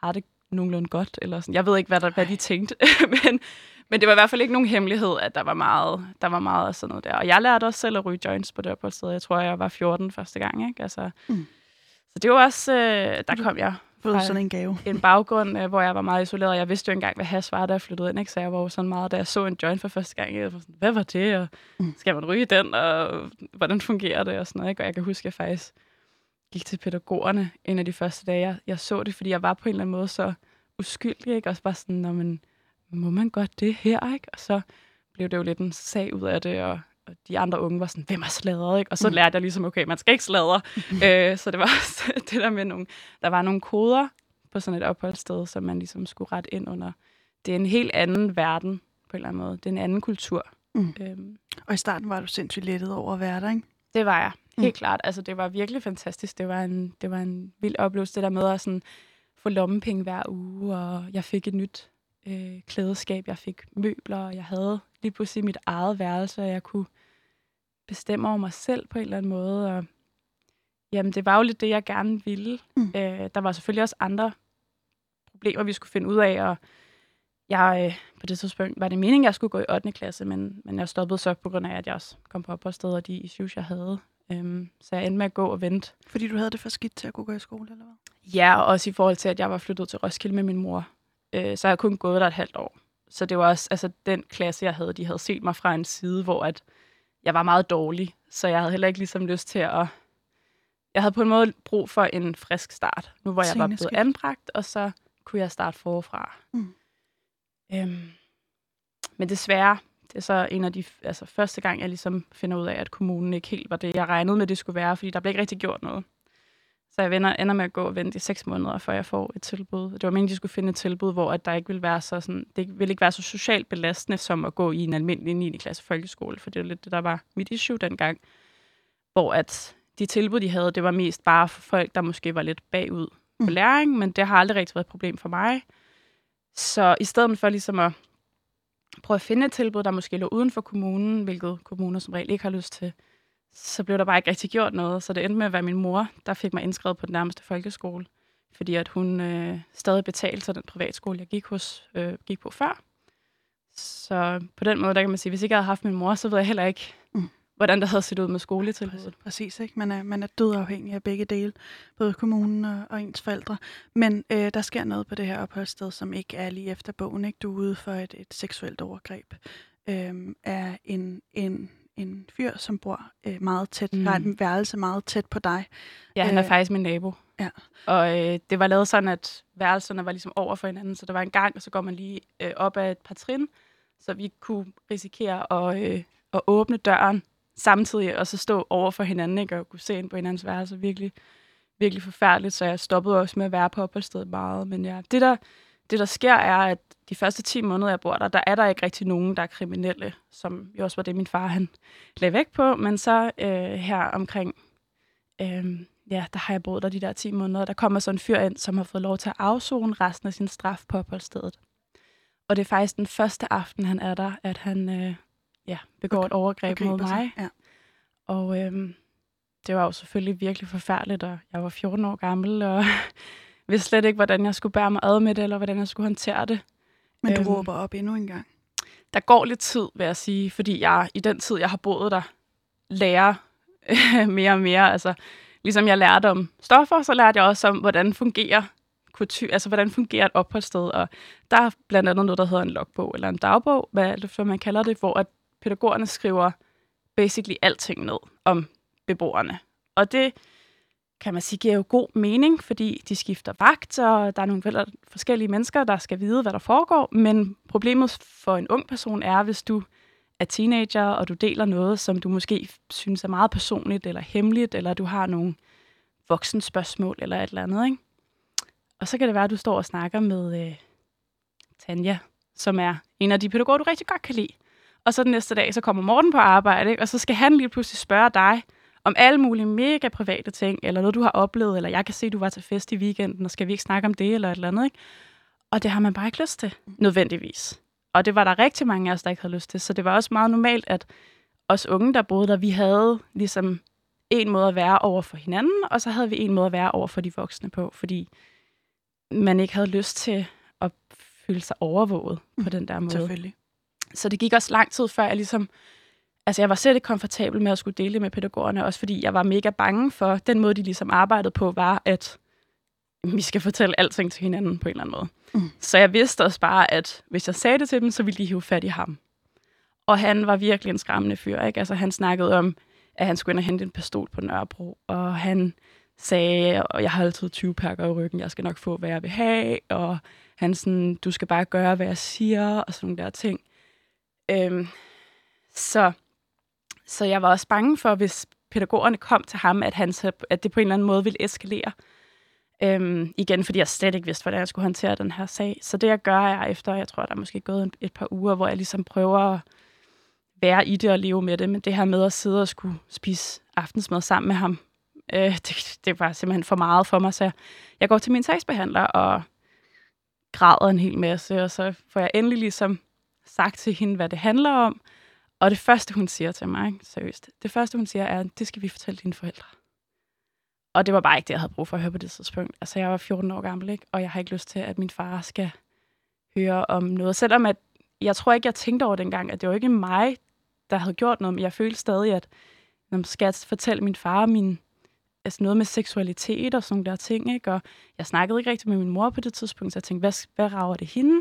nogenlunde godt. Eller sådan. Jeg ved ikke, hvad de tænkte, men det var i hvert fald ikke nogen hemmelighed, at der var meget af sådan noget der. Og jeg lærte også selv at ryge joints på det opholdssted. Jeg tror, jeg var 14 første gang. Ikke? Altså, så det var også, der kom jeg fra sådan en gave. En baggrund, hvor jeg var meget isoleret. Jeg vidste jo engang, hvad hash var, da jeg flyttede ind. Ikke? Så jeg var jo sådan meget, da jeg så en joint for første gang, jeg var sådan, hvad var det? Og skal man ryge den? Og hvordan fungerer det? Og sådan noget. Ikke? Og jeg kan huske, at jeg faktisk gik til pædagogerne en af de første dage. Jeg så det, fordi jeg var på en eller anden måde så uskyldig. Ikke? Og bare sådan, men må man godt det her? Ikke? Og så blev det jo lidt en sag ud af det, og de andre unge var sådan, hvem er sladret? Ikke? Og så lærte jeg ligesom, okay, man skal ikke sladre. Så det var også det der med der var nogle koder på sådan et opholdssted, som man ligesom skulle rette ind under. Det er en helt anden verden, på en eller anden måde. Det er en anden kultur. Og i starten var du sindssygt lettet over at være der, ikke? Det var jeg. Helt klart. Altså, det var virkelig fantastisk. Det var en vild oplevelse, det der med at sådan, få lommepenge hver uge, og jeg fik et nyt klædeskab, jeg fik møbler, og jeg havde lige pludselig mit eget værelse, og jeg kunne bestemme over mig selv på en eller anden måde. Og, jamen, det var jo lidt det, jeg gerne ville. Der var selvfølgelig også andre problemer, vi skulle finde ud af, og jeg, på det tidspunkt var det meningen, at jeg skulle gå i 8. klasse, men jeg stoppede så på grund af, at jeg også kom på opholdssted, og de issues, jeg havde. Så jeg endte med at gå og vente. Fordi du havde det for skidt til at kunne gå i skole, eller hvad? Ja, og også i forhold til, at jeg var flyttet til Roskilde med min mor. Så jeg kun gået der et halvt år. Så det var også, altså den klasse, jeg havde, de havde set mig fra en side, hvor at jeg var meget dårlig. Så jeg havde heller ikke ligesom lyst til at... Jeg havde på en måde brug for en frisk start. Nu hvor jeg var blevet anbragt, og så kunne jeg starte forfra. Men desværre, det er så en af de første gang, jeg ligesom finder ud af, at kommunen ikke helt var det, jeg regnede med, det skulle være, fordi der blev ikke rigtig gjort noget. Så jeg ender med at gå og vente i 6 måneder, før jeg får et tilbud. Det var meningen, de skulle finde et tilbud, hvor at der ikke ville være så sådan, det ville ikke være så socialt belastende, som at gå i en almindelig 9. klasse folkeskole, for det var lidt det, der var mit issue dengang. Hvor at de tilbud, de havde, det var mest bare for folk, der måske var lidt bagud på læring, men det har aldrig rigtig været et problem for mig. Så i stedet for ligesom at prøve at finde et tilbud, der måske lå uden for kommunen, hvilket kommuner som regel ikke har lyst til, så blev der bare ikke rigtig gjort noget. Så det endte med at være min mor, der fik mig indskrevet på den nærmeste folkeskole, fordi at hun stadig betalte til den privatskole, jeg gik på før. Så på den måde, der kan man sige, hvis ikke jeg havde haft min mor, så ved jeg heller ikke, hvordan der havde set ud med skoletilbuddet. Præcis, ikke? Man er dødafhængig af begge dele, både kommunen og ens forældre. Men der sker noget på det her opholdssted, som ikke er lige efter bogen, ikke? Du er ude for et seksuelt overgreb af en fyr, som bor meget tæt, har et værelse meget tæt på dig. Ja, han er faktisk min nabo. Ja. Og det var lavet sådan, at værelserne var ligesom over for hinanden, så der var en gang, og så går man lige op ad et par trin, så vi kunne risikere at åbne døren samtidig, og så stå over for hinanden, ikke, og kunne se ind på hinandens værelse. Virkelig, virkelig forfærdeligt, så jeg stoppede også med at være på opholdsstedet meget. Men ja, det der sker, er, at de første 10 måneder, jeg bor der er der ikke rigtig nogen, der er kriminelle, som jo også var det, min far han lagde væk på. Men så her omkring, der har jeg boet der de der 10 måneder, der kommer så en fyr ind, som har fået lov til at afzone resten af sin straf på opholdsstedet. Og det er faktisk den første aften, han er der, at han begår et overgreb mod mig. Ja. Og det var jo selvfølgelig virkelig forfærdeligt, og jeg var 14 år gammel, og vidste slet ikke, hvordan jeg skulle bære mig ad med det, eller hvordan jeg skulle håndtere det. Men du råber op endnu en gang? Der går lidt tid, vil jeg sige, fordi jeg i den tid, jeg har boet der, lærer mere og mere. Altså, ligesom jeg lærte om stoffer, så lærte jeg også om, hvordan fungerer et opholdssted. Og der er blandt andet noget, der hedder en logbog, eller en dagbog, hvad man kalder det, hvor at pædagogerne skriver basically alting ned om beboerne. Og det kan man sige, giver jo god mening, fordi de skifter vagt, og der er nogle forskellige mennesker, der skal vide, hvad der foregår. Men problemet for en ung person er, hvis du er teenager, og du deler noget, som du måske synes er meget personligt, eller hemmeligt, eller du har nogle voksenspørgsmål, eller et eller andet, ikke? Og så kan det være, at du står og snakker med Tanja, som er en af de pædagoger, du rigtig godt kan lide. Og så den næste dag, så kommer Morten på arbejde, ikke? Og så skal han lige pludselig spørge dig om alle mulige mega private ting, eller noget, du har oplevet, eller jeg kan se, at du var til fest i weekenden, og skal vi ikke snakke om det, eller et eller andet, ikke? Og det har man bare ikke lyst til, nødvendigvis. Og det var der rigtig mange af os, der ikke havde lyst til. Så det var også meget normalt, at os unge, der boede der, vi havde ligesom en måde at være over for hinanden, og så havde vi en måde at være over for de voksne på, fordi man ikke havde lyst til at føle sig overvåget på den der måde. Selvfølgelig. Så det gik også lang tid, før jeg ligesom... Altså, jeg var slet ikke komfortabel med at skulle dele med pædagogerne, også fordi jeg var mega bange for, den måde, de ligesom arbejdede på, var, at vi skal fortælle alting til hinanden på en eller anden måde. Så jeg vidste også bare, at hvis jeg sagde det til dem, så ville de hive fat i ham. Og han var virkelig en skræmmende fyr, ikke? Altså, han snakkede om, at han skulle ind og hente en pistol på Nørrebro, og han sagde, og jeg har altid 20 pakker i ryggen, jeg skal nok få, hvad jeg vil have, og han sådan, du skal bare gøre, hvad jeg siger, og sådan nogle der ting. Så jeg var også bange for, hvis pædagogerne kom til ham, at det på en eller anden måde ville eskalere. Igen, fordi jeg slet ikke vidste, hvordan jeg skulle håndtere den her sag. Så det, jeg gør, er efter, jeg tror, der er måske gået et par uger, hvor jeg ligesom prøver at være i det og leve med det. Men det her med at sidde og skulle spise aftensmad sammen med ham, det var simpelthen for meget for mig. Så jeg går til min sagsbehandler og græder en hel masse, og så får jeg endelig ligesom sagt til hende, hvad det handler om. Og det første, hun siger til mig, seriøst, det første, hun siger, er, det skal vi fortælle dine forældre. Og det var bare ikke det, jeg havde brug for at høre på det tidspunkt. Altså, jeg var 14 år gammel, ikke? Og jeg har ikke lyst til, at min far skal høre om noget. Selvom at jeg tror ikke, jeg tænkte over dengang, at det var ikke mig, der havde gjort noget, men jeg følte stadig, at når skal jeg fortælle min far altså noget med seksualitet og sådan der ting, ikke? Og jeg snakkede ikke rigtig med min mor på det tidspunkt, så jeg tænkte, hvad rager det hende?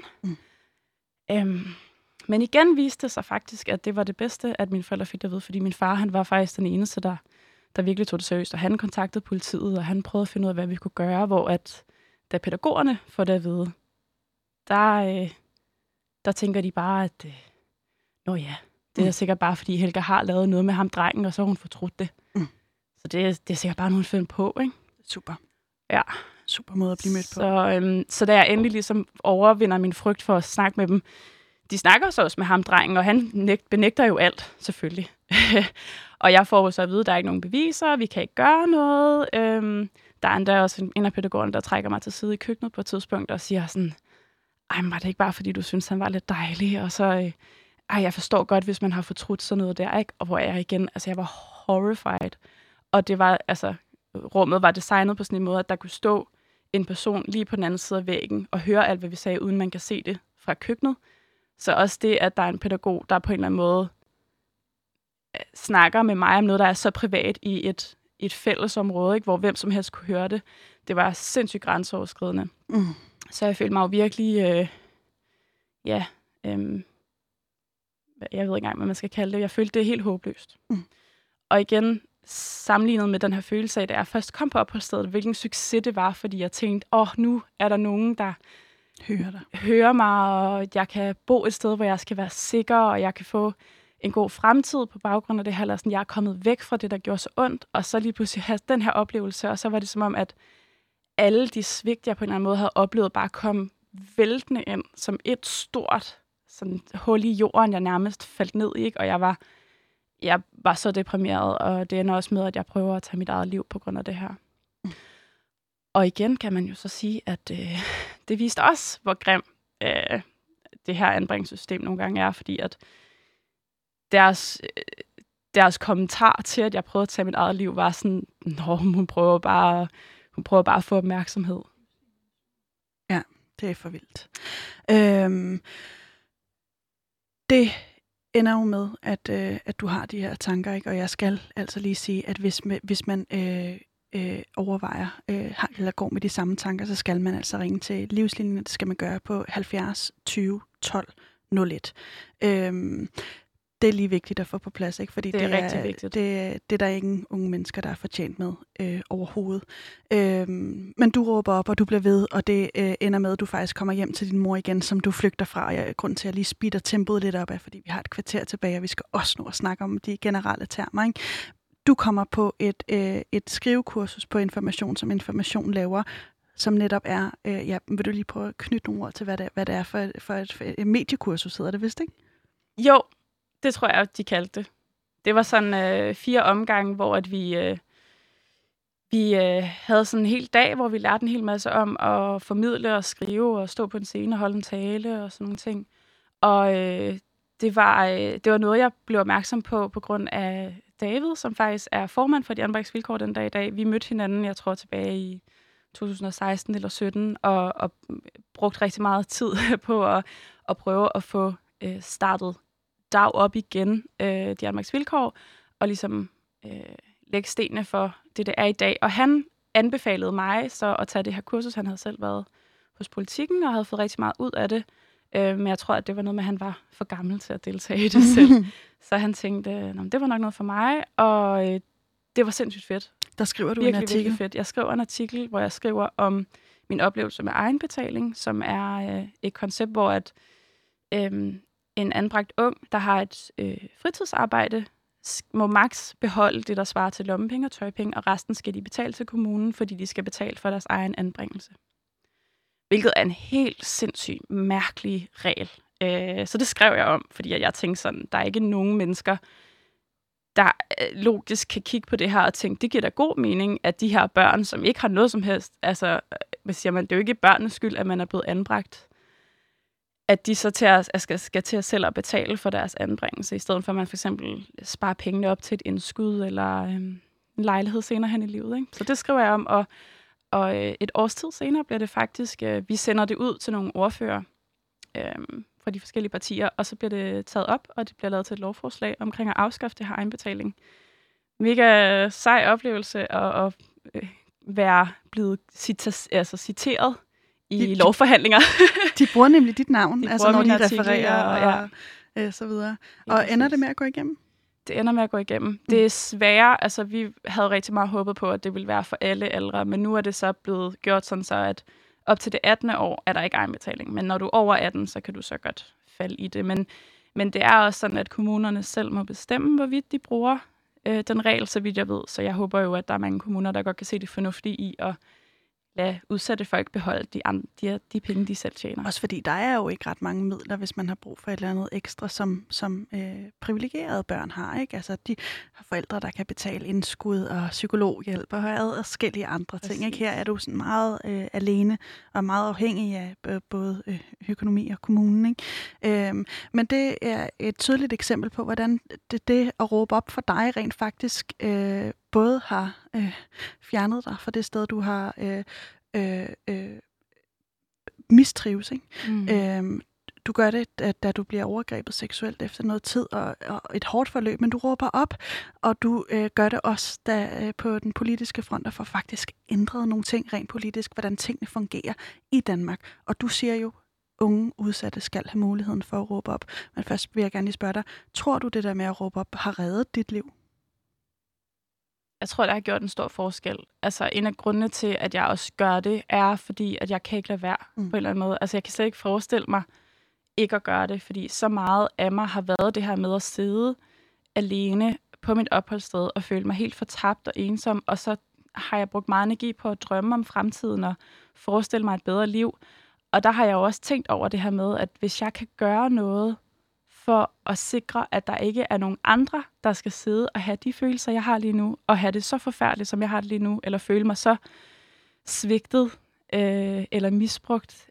Men igen viste det sig faktisk, at det var det bedste, at mine forældre fik det at vide, fordi min far, han var faktisk den eneste, der virkelig tog det seriøst, og han kontaktede politiet, og han prøvede at finde ud af, hvad vi kunne gøre, hvor at, da pædagogerne får det at vide, der tænker de bare, at det er sikkert bare, fordi Helga har lavet noget med ham drengen, og så har hun fortrudt det. Så det er sikkert bare noget, finder på, ikke? Super. Ja. Super måde at blive mødt på. Så da jeg endelig ligesom overvinder min frygt for at snakke med dem, de snakker så også med ham drengen, og han benægter jo alt, selvfølgelig. Og jeg får så at vide, at der er ikke nogen beviser, vi kan ikke gøre noget. Der er endda også en af pædagogerne, der trækker mig til side i køkkenet på et tidspunkt og siger sådan, men var det ikke bare, fordi du synes, han var lidt dejlig? Og så, jeg forstår godt, hvis man har fortrudt sådan noget der, ikke? Og hvor jeg igen, altså jeg var horrified. Og det var, altså, rummet var designet på sådan en måde, at der kunne stå en person lige på den anden side af væggen og høre alt, hvad vi sagde, uden man kan se det fra køkkenet. Så også det, at der er en pædagog, der på en eller anden måde snakker med mig om noget, der er så privat i et fællesområde, ikke? Hvor hvem som helst kunne høre det. Det var sindssygt grænseoverskridende. Så jeg følte mig jo virkelig, jeg ved ikke engang, hvad man skal kalde det. Jeg følte det helt håbløst. Og igen, sammenlignet med den her følelse af, da jeg først kom på opholdsstedet, hvilken succes det var, fordi jeg tænkte, nu er der nogen, der hører mig, og jeg kan bo et sted, hvor jeg skal være sikker, og jeg kan få en god fremtid på baggrund af det her. Eller sådan, jeg er kommet væk fra det, der gjorde så ondt, og så lige pludselig have den her oplevelse, og så var det som om, at alle de svigt, jeg på en eller anden måde havde oplevet, bare kom væltende ind, som et stort sådan, hul i jorden, jeg nærmest faldt ned i, ikke? Og jeg var så deprimeret, og det ender også med, at jeg prøver at tage mit eget liv på grund af det her. Og igen kan man jo så sige, at det viste også, hvor grim det her anbringelsessystem nogle gange er, fordi at deres kommentar til, at jeg prøvede at tage mit eget liv, var sådan, hun prøver bare at få opmærksomhed. Ja, det er for vildt. Det ender jo med, at du har de her tanker, ikke? Og jeg skal altså lige sige, at hvis man overvejer eller går med de samme tanker, så skal man altså ringe til Livslinjen. Det skal man gøre på 70 20 12 01. Det er lige vigtigt at få på plads, ikke? Fordi det er rigtig vigtigt. Det er der ingen unge mennesker, der er fortjent med overhovedet. Men du råber op, og du bliver ved, og det ender med, at du faktisk kommer hjem til din mor igen, som du flygter fra. Og grund til, at jeg lige speeder tempoet lidt op af, fordi vi har et kvarter tilbage, og vi skal også nå at snakke om de generelle termer, ikke? Du kommer på et skrivekursus på Information, som Information laver, som netop er, vil du lige prøve at knytte nogle ord til, hvad det er for et mediekursus, hedder det vist, ikke? Jo, det tror jeg, de kaldte det. Det var sådan 4 omgange, hvor at vi havde sådan en hel dag, hvor vi lærte en hel masse om at formidle og skrive og stå på en scene og holde en tale og sådan nogle ting. Og det var noget, jeg blev opmærksom på grund af David, som faktisk er formand for De Anbragtes Vilkår den dag i dag. Vi mødte hinanden, jeg tror tilbage i 2016 eller 17 og brugt rigtig meget tid på at prøve at få startet DAG op igen, Danmarks Vilkår, og ligesom lægge stenene for det er i dag. Og han anbefalede mig så at tage det her kursus. Han havde selv været hos Politikken og havde fået rigtig meget ud af det. Men jeg tror, at det var noget med, at han var for gammel til at deltage i det selv. Så han tænkte, det var nok noget for mig, og det var sindssygt fedt. Der skriver du virkelig, en artikel? Virkelig fedt. Jeg skriver en artikel, hvor jeg skriver om min oplevelse med egenbetaling, som er et koncept, hvor at en anbragt ung, der har et fritidsarbejde, må maks beholde det, der svarer til lommepenge og tøjpenge, og resten skal de betale til kommunen, fordi de skal betale for deres egen anbringelse. Hvilket er en helt sindssygt mærkelig regel. Så det skrev jeg om, fordi jeg tænkte sådan, der er ikke nogen mennesker, der logisk kan kigge på det her og tænke, det giver da god mening, at de her børn, som ikke har noget som helst, altså, hvad siger man, det er jo ikke børnenes skyld, at man er blevet anbragt, at de så skal til at selv at betale for deres anbringelse, i stedet for at man for eksempel sparer pengene op til et indskud eller en lejlighed senere hen i livet. Ikke? Så det skriver jeg om, og et års tid senere bliver det faktisk, vi sender det ud til nogle ordfører fra de forskellige partier, og så bliver det taget op, og det bliver lavet til et lovforslag omkring at afskaffe det her egenbetaling. Mega sej oplevelse at være blevet citeret i lovforhandlinger. De bruger nemlig dit navn, de altså når de artikel, refererer og så videre. Og ender det med at gå igennem? Det ender med at gå igennem. Det er sværere, altså vi havde rigtig meget håbet på, at det ville være for alle aldre, men nu er det så blevet gjort sådan så, at op til det 18. år er der ikke egenbetaling, men når du er over 18, så kan du så godt falde i det. Men det er også sådan, at kommunerne selv må bestemme, hvorvidt de bruger den regel, så vidt jeg ved. Så jeg håber jo, at der er mange kommuner, der godt kan se det fornuftige i at lade udsatte folk beholde de penge, de selv tjener. Også fordi der er jo ikke ret mange midler, hvis man har brug for et eller andet ekstra, som privilegerede børn har. Ikke? Altså, de har forældre, der kan betale indskud og psykologhjælp og forskellige andre ting. Ikke? Her er du sådan meget alene og meget afhængig af både økonomi og kommunen. Ikke? Men det er et tydeligt eksempel på, hvordan det at råbe op for dig rent faktisk både har fjernet dig fra det sted, du har mistrives. Ikke? Du gør det, da du bliver overgrebet seksuelt efter noget tid og et hårdt forløb, men du råber op, og du gør det også på den politiske front, og får faktisk ændret nogle ting rent politisk, hvordan tingene fungerer i Danmark. Og du siger jo, unge udsatte skal have muligheden for at råbe op. Men først vil jeg gerne lige spørge dig, tror du det der med at råbe op har reddet dit liv? Jeg tror, det har gjort en stor forskel. Altså, en af grundene til, at jeg også gør det, er fordi, at jeg kan ikke lade være på en eller anden måde. Altså, jeg kan slet ikke forestille mig ikke at gøre det, fordi så meget af mig har været det her med at sidde alene på mit opholdssted og føle mig helt fortabt og ensom, og så har jeg brugt meget energi på at drømme om fremtiden og forestille mig et bedre liv. Og der har jeg jo også tænkt over det her med, at hvis jeg kan gøre noget for at sikre, at der ikke er nogen andre, der skal sidde og have de følelser, jeg har lige nu, og have det så forfærdeligt, som jeg har det lige nu, eller føle mig så svigtet eller misbrugt,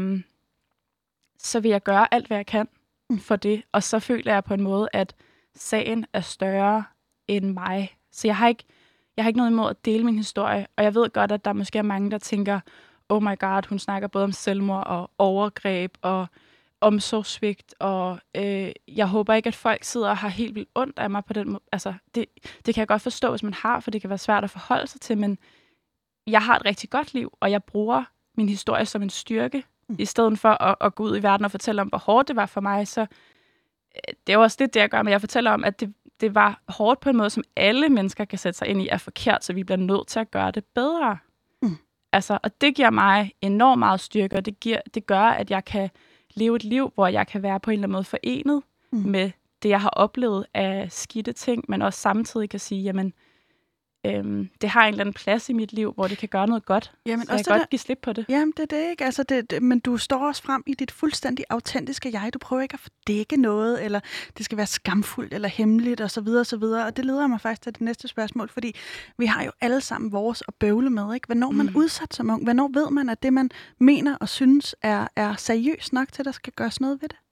så vil jeg gøre alt, hvad jeg kan for det. Og så føler jeg på en måde, at sagen er større end mig. Så jeg har ikke noget imod at dele min historie, og jeg ved godt, at der måske er mange, der tænker, oh my god, hun snakker både om selvmord og overgreb og omsorgssvigt, og jeg håber ikke, at folk sidder og har helt vildt ondt af mig på den måde. Altså, det kan jeg godt forstå, hvis man har, for det kan være svært at forholde sig til, men jeg har et rigtig godt liv, og jeg bruger min historie som en styrke, i stedet for at gå ud i verden og fortælle om, hvor hårdt det var for mig. Så det er også det, jeg gør, men jeg fortæller om, at det var hårdt på en måde, som alle mennesker kan sætte sig ind i, er forkert, så vi bliver nødt til at gøre det bedre. Altså, og det giver mig enormt meget styrke, og det gør, at jeg kan leve et liv, hvor jeg kan være på en eller anden måde forenet med det, jeg har oplevet af skidte ting, men også samtidig kan sige, jamen, det har en eller anden plads i mit liv, hvor det kan gøre noget godt. Jamen, så jeg kan godt give slip på det. Jamen, det er det ikke. Altså, men du står også frem i dit fuldstændig autentiske jeg. Du prøver ikke at fordække noget, eller det skal være skamfuldt eller hemmeligt, og så videre, og så videre. Og det leder mig faktisk til det næste spørgsmål, fordi vi har jo alle sammen vores at bøvle med, ikke? Hvornår man er udsat som ung? Hvornår ved man, at det, man mener og synes, er seriøst nok til, at der skal gøres noget ved det?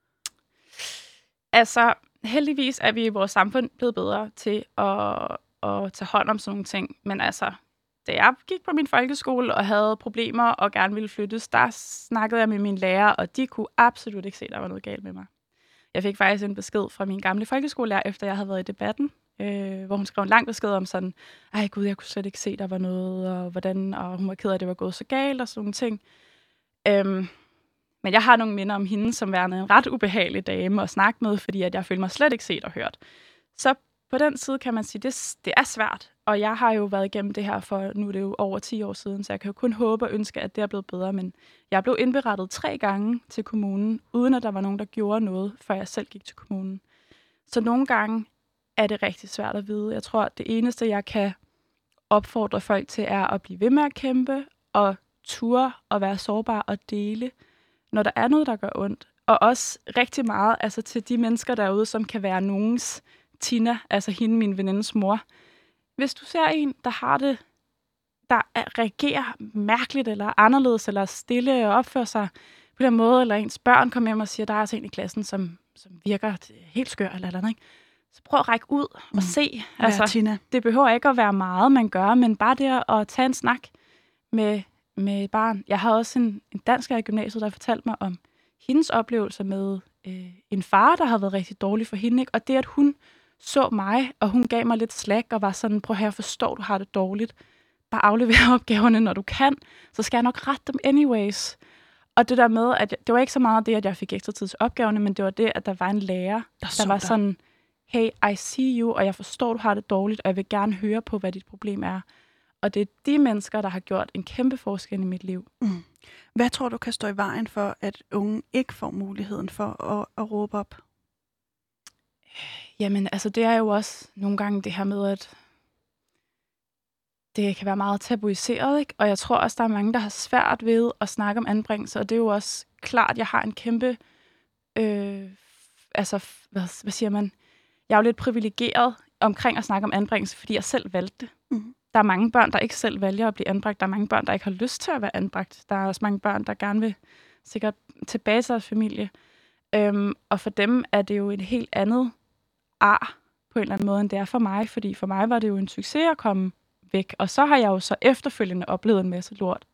Altså, heldigvis er vi i vores samfund blevet bedre til at tage hånd om sådan nogle ting. Men altså, da jeg gik på min folkeskole og havde problemer og gerne ville flyttes, der snakkede jeg med mine lærere, og de kunne absolut ikke se, at der var noget galt med mig. Jeg fik faktisk en besked fra min gamle folkeskolelærer, efter jeg havde været i debatten, hvor hun skrev en lang besked om sådan, ej gud, jeg kunne slet ikke se, at der var noget, og hvordan, og hun var ked af, at det var gået så galt, og sådan nogle ting. Men jeg har nogle minder om hende, som værende en ret ubehagelig dame at snakke med, fordi at jeg følte mig slet ikke set og hørt. Så på den side kan man sige, det er svært, og jeg har jo været igennem det her for, nu er det jo over 10 år siden, så jeg kan jo kun håbe og ønske, at det er blevet bedre, men jeg blev indberettet 3 gange til kommunen, uden at der var nogen, der gjorde noget, før jeg selv gik til kommunen. Så nogle gange er det rigtig svært at vide. Jeg tror, at det eneste, jeg kan opfordre folk til, er at blive ved med at kæmpe, og ture og være sårbar og dele, når der er noget, der gør ondt. Og også rigtig meget altså til de mennesker derude, som kan være nogens Tina, altså hende, min venindes mor. Hvis du ser en, der har det, der reagerer mærkeligt eller anderledes, eller stille og opfører sig på den måde, eller ens børn kommer hjem og siger, der er altså en i klassen, som virker helt skør eller andet, ikke? Så prøv at række ud og se. Altså, det behøver ikke at være meget, man gør, men bare det at tage en snak med et barn. Jeg har også en dansker i gymnasiet, der fortalte mig om hendes oplevelser med en far, der har været rigtig dårlig for hende, ikke? Og det, at hun så mig, og hun gav mig lidt slag, og var sådan, prøv her, forstår du har det dårligt. Bare aflevere opgaverne, når du kan, så skal jeg nok rette dem anyways. Og det der med, at det var ikke så meget det, at jeg fik ekstra tid til opgaverne, men det var det, at der var en lærer, der var sådan, hey, I see you, og jeg forstår, du har det dårligt, og jeg vil gerne høre på, hvad dit problem er. Og det er de mennesker, der har gjort en kæmpe forskel i mit liv. Mm. Hvad tror du kan stå i vejen for, at unge ikke får muligheden for at råbe op? Jamen, altså det er jo også nogle gange det her med, at det kan være meget tabuiseret, ikke? Og jeg tror også, der er mange, der har svært ved at snakke om anbringelse, og det er jo også klart, at jeg har en kæmpe, hvad siger man? Jeg er jo lidt privilegeret omkring at snakke om anbringelse, fordi jeg selv valgte det. Mm. Der er mange børn, der ikke selv vælger at blive anbragt. Der er mange børn, der ikke har lyst til at være anbragt. Der er også mange børn, der gerne vil sikkert tilbage til deres familie. Og for dem er det jo et helt andet ar på en eller anden måde, end det er for mig. Fordi for mig var det jo en succes at komme væk. Og så har jeg jo så efterfølgende oplevet en masse lort.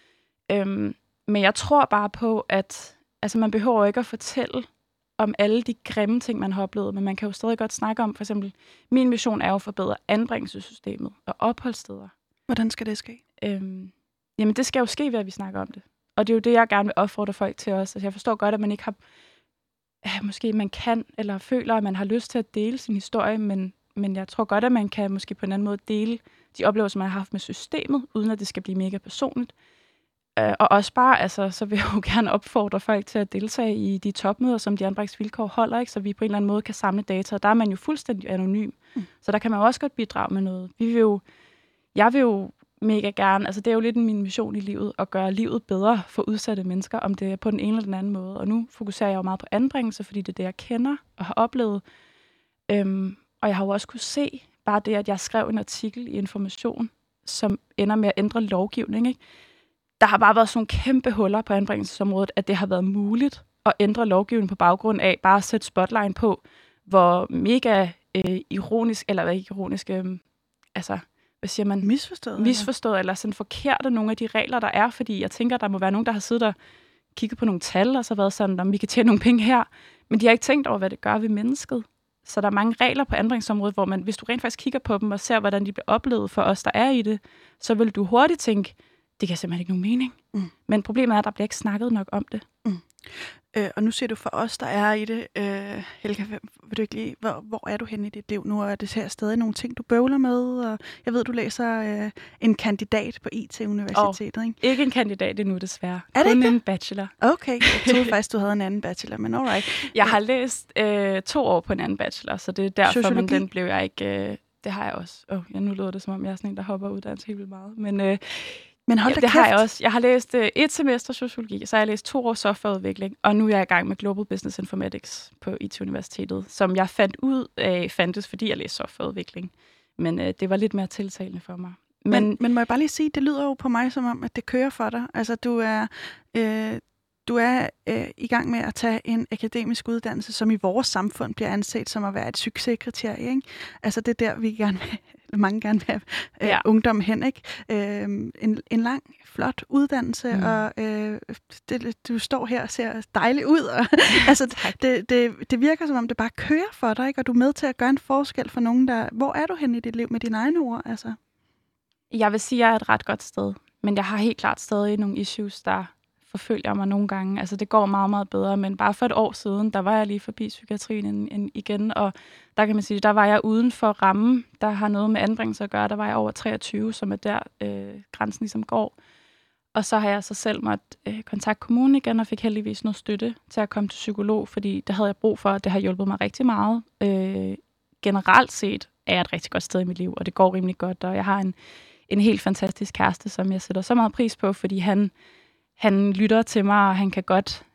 Men jeg tror bare på, at altså, man behøver ikke at fortælle om alle de grimme ting, man har oplevet, men man kan jo stadig godt snakke om, for eksempel, min mission er jo at forbedre anbringelsessystemet og opholdssteder. Hvordan skal det ske? Jamen, det skal jo ske ved, at vi snakker om det. Og det er jo det, jeg gerne vil opfordre folk til også. Altså, jeg forstår godt, at man ikke har, måske man kan, eller føler, at man har lyst til at dele sin historie, men jeg tror godt, at man kan måske på en anden måde dele de oplevelser, man har haft med systemet, uden at det skal blive mega personligt. Og også bare, altså, så vil jeg jo gerne opfordre folk til at deltage i de topmøder, som de anbragtes vilkår holder, ikke? Så vi på en eller anden måde kan samle data, og der er man jo fuldstændig anonym. Så der kan man jo også godt bidrage med noget. Jeg vil jo mega gerne, altså det er jo lidt min mission i livet, at gøre livet bedre for udsatte mennesker, om det er på den ene eller den anden måde. Og nu fokuserer jeg jo meget på anbringelse, fordi det er det, jeg kender og har oplevet. Og jeg har jo også kunne se, bare det, at jeg skrev en artikel i Information, som ender med at ændre lovgivning, ikke? Der har bare været sådan nogle kæmpe huller på anbringelsesområdet, at det har været muligt at ændre lovgivningen på baggrund af bare at sætte spotlight på, hvor mega ironisk, eller hvad ikke ironisk, altså, hvad siger man? Misforstået, eller sådan forkerte nogle af de regler, der er, fordi jeg tænker, der må være nogen, der har siddet og kigget på nogle tal, og så været sådan, om vi kan tjene nogle penge her, men de har ikke tænkt over, hvad det gør ved mennesket. Så der er mange regler på anbringelsesområdet, hvor man, hvis du rent faktisk kigger på dem og ser, hvordan de bliver oplevet for os, der er i det, så vil du hurtigt tænke, det giver simpelthen ikke nogen mening. Men problemet er, at der bliver ikke snakket nok om det. Og nu ser du for os, der er i det, Helga, vil du ikke lige, hvor er du henne i dit liv? Nu er det her stadig nogle ting, du bøvler med, og jeg ved, du læser en kandidat på IT-universitetet, ikke? Ikke en kandidat endnu, desværre. Er det ikke en bachelor. Okay, jeg troede faktisk, du havde en anden bachelor, men alright. Jeg har læst 2 år på en anden bachelor, så det er derfor, sociologi? Men den blev jeg ikke... det har jeg også. Nu lyder det, som om jeg er sådan en, der hopper uddannelse helt vildt meget, men hold da kæft. Har jeg også. Jeg har læst 1 semester sociologi, så har jeg læst 2 år softwareudvikling, og nu er jeg i gang med Global Business Informatics på IT-universitetet, som jeg fandt ud af fandtes, fordi jeg læste softwareudvikling. Men det var lidt mere tiltalende for mig. Men må jeg bare lige sige, det lyder jo på mig som om, at det kører for dig. Altså, du er i gang med at tage en akademisk uddannelse, som i vores samfund bliver anset som at være et succeskriterie, ikke? Altså, det er der, vi gerne vil mange gerne vil have ungdom hen, ikke? En lang, flot uddannelse, og du står her og ser dejlig ud. Og, altså, det virker som om, det bare kører for dig, ikke? Og du er med til at gøre en forskel for nogen, der... Hvor er du henne i dit liv med dine egne ord? Altså? Jeg vil sige, at jeg er et ret godt sted, men jeg har helt klart stadig nogle issues, der forfølger mig nogle gange. Altså, det går meget, meget bedre, men bare for et år siden, der var jeg lige forbi psykiatrien igen, og der kan man sige, der var jeg uden for rammen, der har noget med anbringelse at gøre. Der var jeg over 23, som er der grænsen ligesom går. Og så har jeg så selv måttet kontakte kommunen igen, og fik heldigvis noget støtte til at komme til psykolog, fordi det havde jeg brug for, og det har hjulpet mig rigtig meget. Generelt set er jeg et rigtig godt sted i mit liv, og det går rimelig godt, og jeg har en helt fantastisk kæreste, som jeg sætter så meget pris på, fordi han lytter til mig, og han kan godt,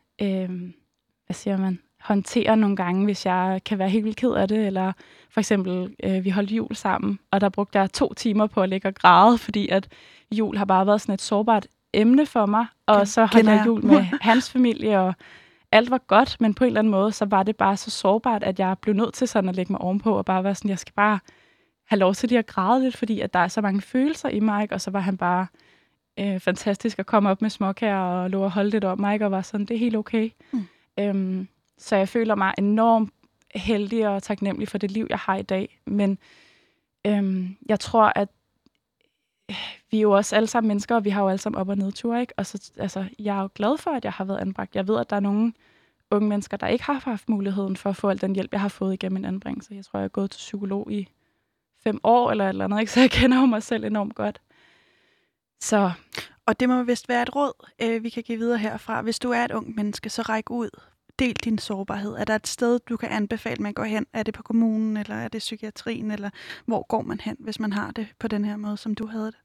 håndtere nogle gange, hvis jeg kan være helt vildt ked af det, eller for eksempel, vi holdt jul sammen, og der brugte jeg 2 timer på at ligge og græde, fordi at jul har bare været sådan et sårbart emne for mig, og så holdt jeg jul med hans familie, og alt var godt, men på en eller anden måde, så var det bare så sårbart, at jeg blev nødt til sådan at lægge mig ovenpå, og bare være sådan, jeg skal bare have lov til lige at græde lidt, fordi at der er så mange følelser i mig, ikke? Og så var han bare fantastisk at komme op med småkager og love at holde lidt om mig, ikke? Og var sådan, det er helt okay. Så jeg føler mig enormt heldig og taknemmelig for det liv, jeg har i dag. Men jeg tror, at vi er jo også alle sammen mennesker, og vi har jo alle sammen op- og nedture, ikke? Og så, altså, jeg er jo glad for, at jeg har været anbragt. Jeg ved, at der er nogle unge mennesker, der ikke har haft muligheden for at få al den hjælp, jeg har fået igennem en anbringelse. Jeg tror, jeg er gået til psykolog i 5 år eller et eller andet, ikke? Så jeg kender jo mig selv enormt godt. Så. Og det må vist være et råd, vi kan give videre herfra. Hvis du er et ung menneske, så ræk ud. Del din sårbarhed. Er der et sted, du kan anbefale, man går hen? Er det på kommunen, eller er det psykiatrien, eller hvor går man hen, hvis man har det på den her måde, som du havde det?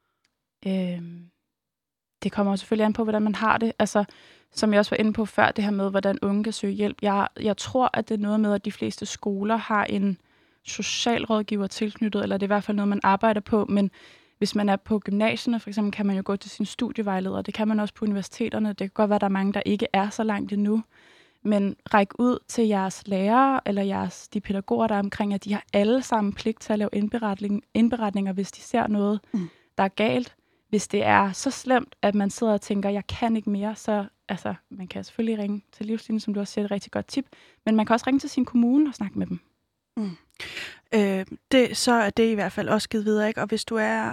Det kommer selvfølgelig an på, hvordan man har det. Altså, som jeg også var inde på før, det her med, hvordan unge kan søge hjælp. Jeg tror, at det er noget med, at de fleste skoler har en socialrådgiver tilknyttet, eller det er i hvert fald noget, man arbejder på, men hvis man er på gymnasierne, for eksempel, kan man jo gå til sin studievejleder. Det kan man også på universiteterne. Det kan godt være, at der er mange, der ikke er så langt endnu. Men ræk ud til jeres lærere eller de pædagoger, der er omkring, at de har alle sammen pligt til at lave indberetninger, hvis de ser noget, der er galt. Hvis det er så slemt, at man sidder og tænker, jeg kan ikke mere, så altså, man kan selvfølgelig ringe til Livslinjen, som du også siger, et rigtig godt tip. Men man kan også ringe til sin kommune og snakke med dem. Så er det i hvert fald også givet videre, ikke? Og hvis du er,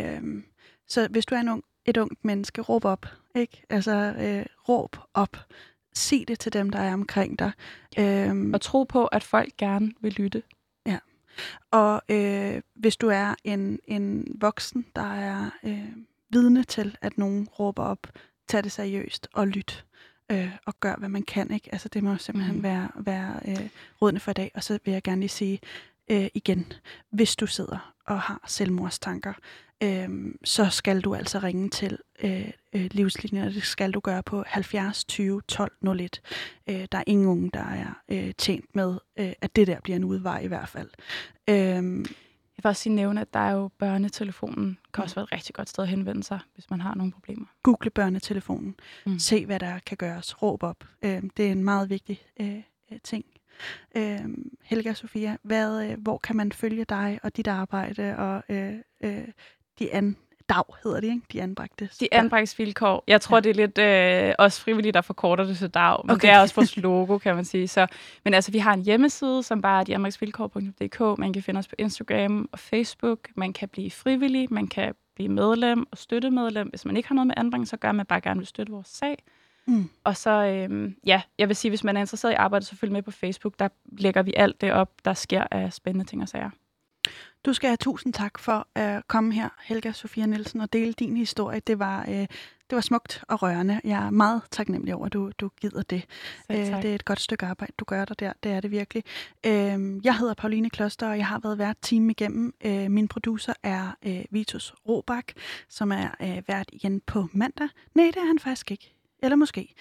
et ungt menneske, råb op, ikke? Altså, råb op. Sig det til dem, der er omkring dig. Og tro på, at folk gerne vil lytte. Ja. Og hvis du er en voksen, der er vidne til, at nogen råber op, tag det seriøst og lyt. Og gør, hvad man kan, ikke? Altså, det må simpelthen være rådene for i dag. Og så vil jeg gerne lige sige igen, hvis du sidder og har selvmordstanker, så skal du altså ringe til Livslinjen, og det skal du gøre på 70 20 12 01. Der er ingen unge, der er tjent med, at det der bliver en udvej i hvert fald. Jeg vil også sige nævne, at der er jo børnetelefonen, kan også være et rigtig godt sted at henvende sig, hvis man har nogle problemer. Google børnetelefonen. Se, hvad der kan gøres. Råb op. Det er en meget vigtig ting. Helga Sofia, hvor kan man følge dig og dit arbejde og DAG hedder det, ikke? De anbragte. De anbragtes vilkår. Jeg tror, det er lidt også frivilligt, der forkorter det til DAG, men det er også vores logo, kan man sige. Så, men altså, vi har en hjemmeside, som bare er deanbragtesvilkår.dk. Man kan finde os på Instagram og Facebook. Man kan blive frivillig, man kan blive medlem og støttemedlem. Hvis man ikke har noget med anbringelse, så gør man bare gerne vil støtte vores sag. Og så, jeg vil sige, hvis man er interesseret i arbejdet, så følg med på Facebook. Der lægger vi alt det op, der sker af spændende ting og sager. Du skal have 1000 tak for at komme her, Helga Sofia Nielsen, og dele din historie. Det var smukt og rørende. Jeg er meget taknemmelig over, at du gider det. Det er et godt stykke arbejde, du gør der. Det er det virkelig. Jeg hedder Pauline Kloster, og jeg har været vært time igennem. Min producer er Vitus Robak, som er vært igen på mandag. Nej, det er han faktisk ikke. Eller måske.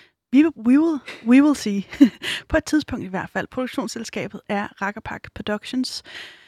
We will see. På et tidspunkt i hvert fald. Produktionsselskabet er Rakkerpak Productions.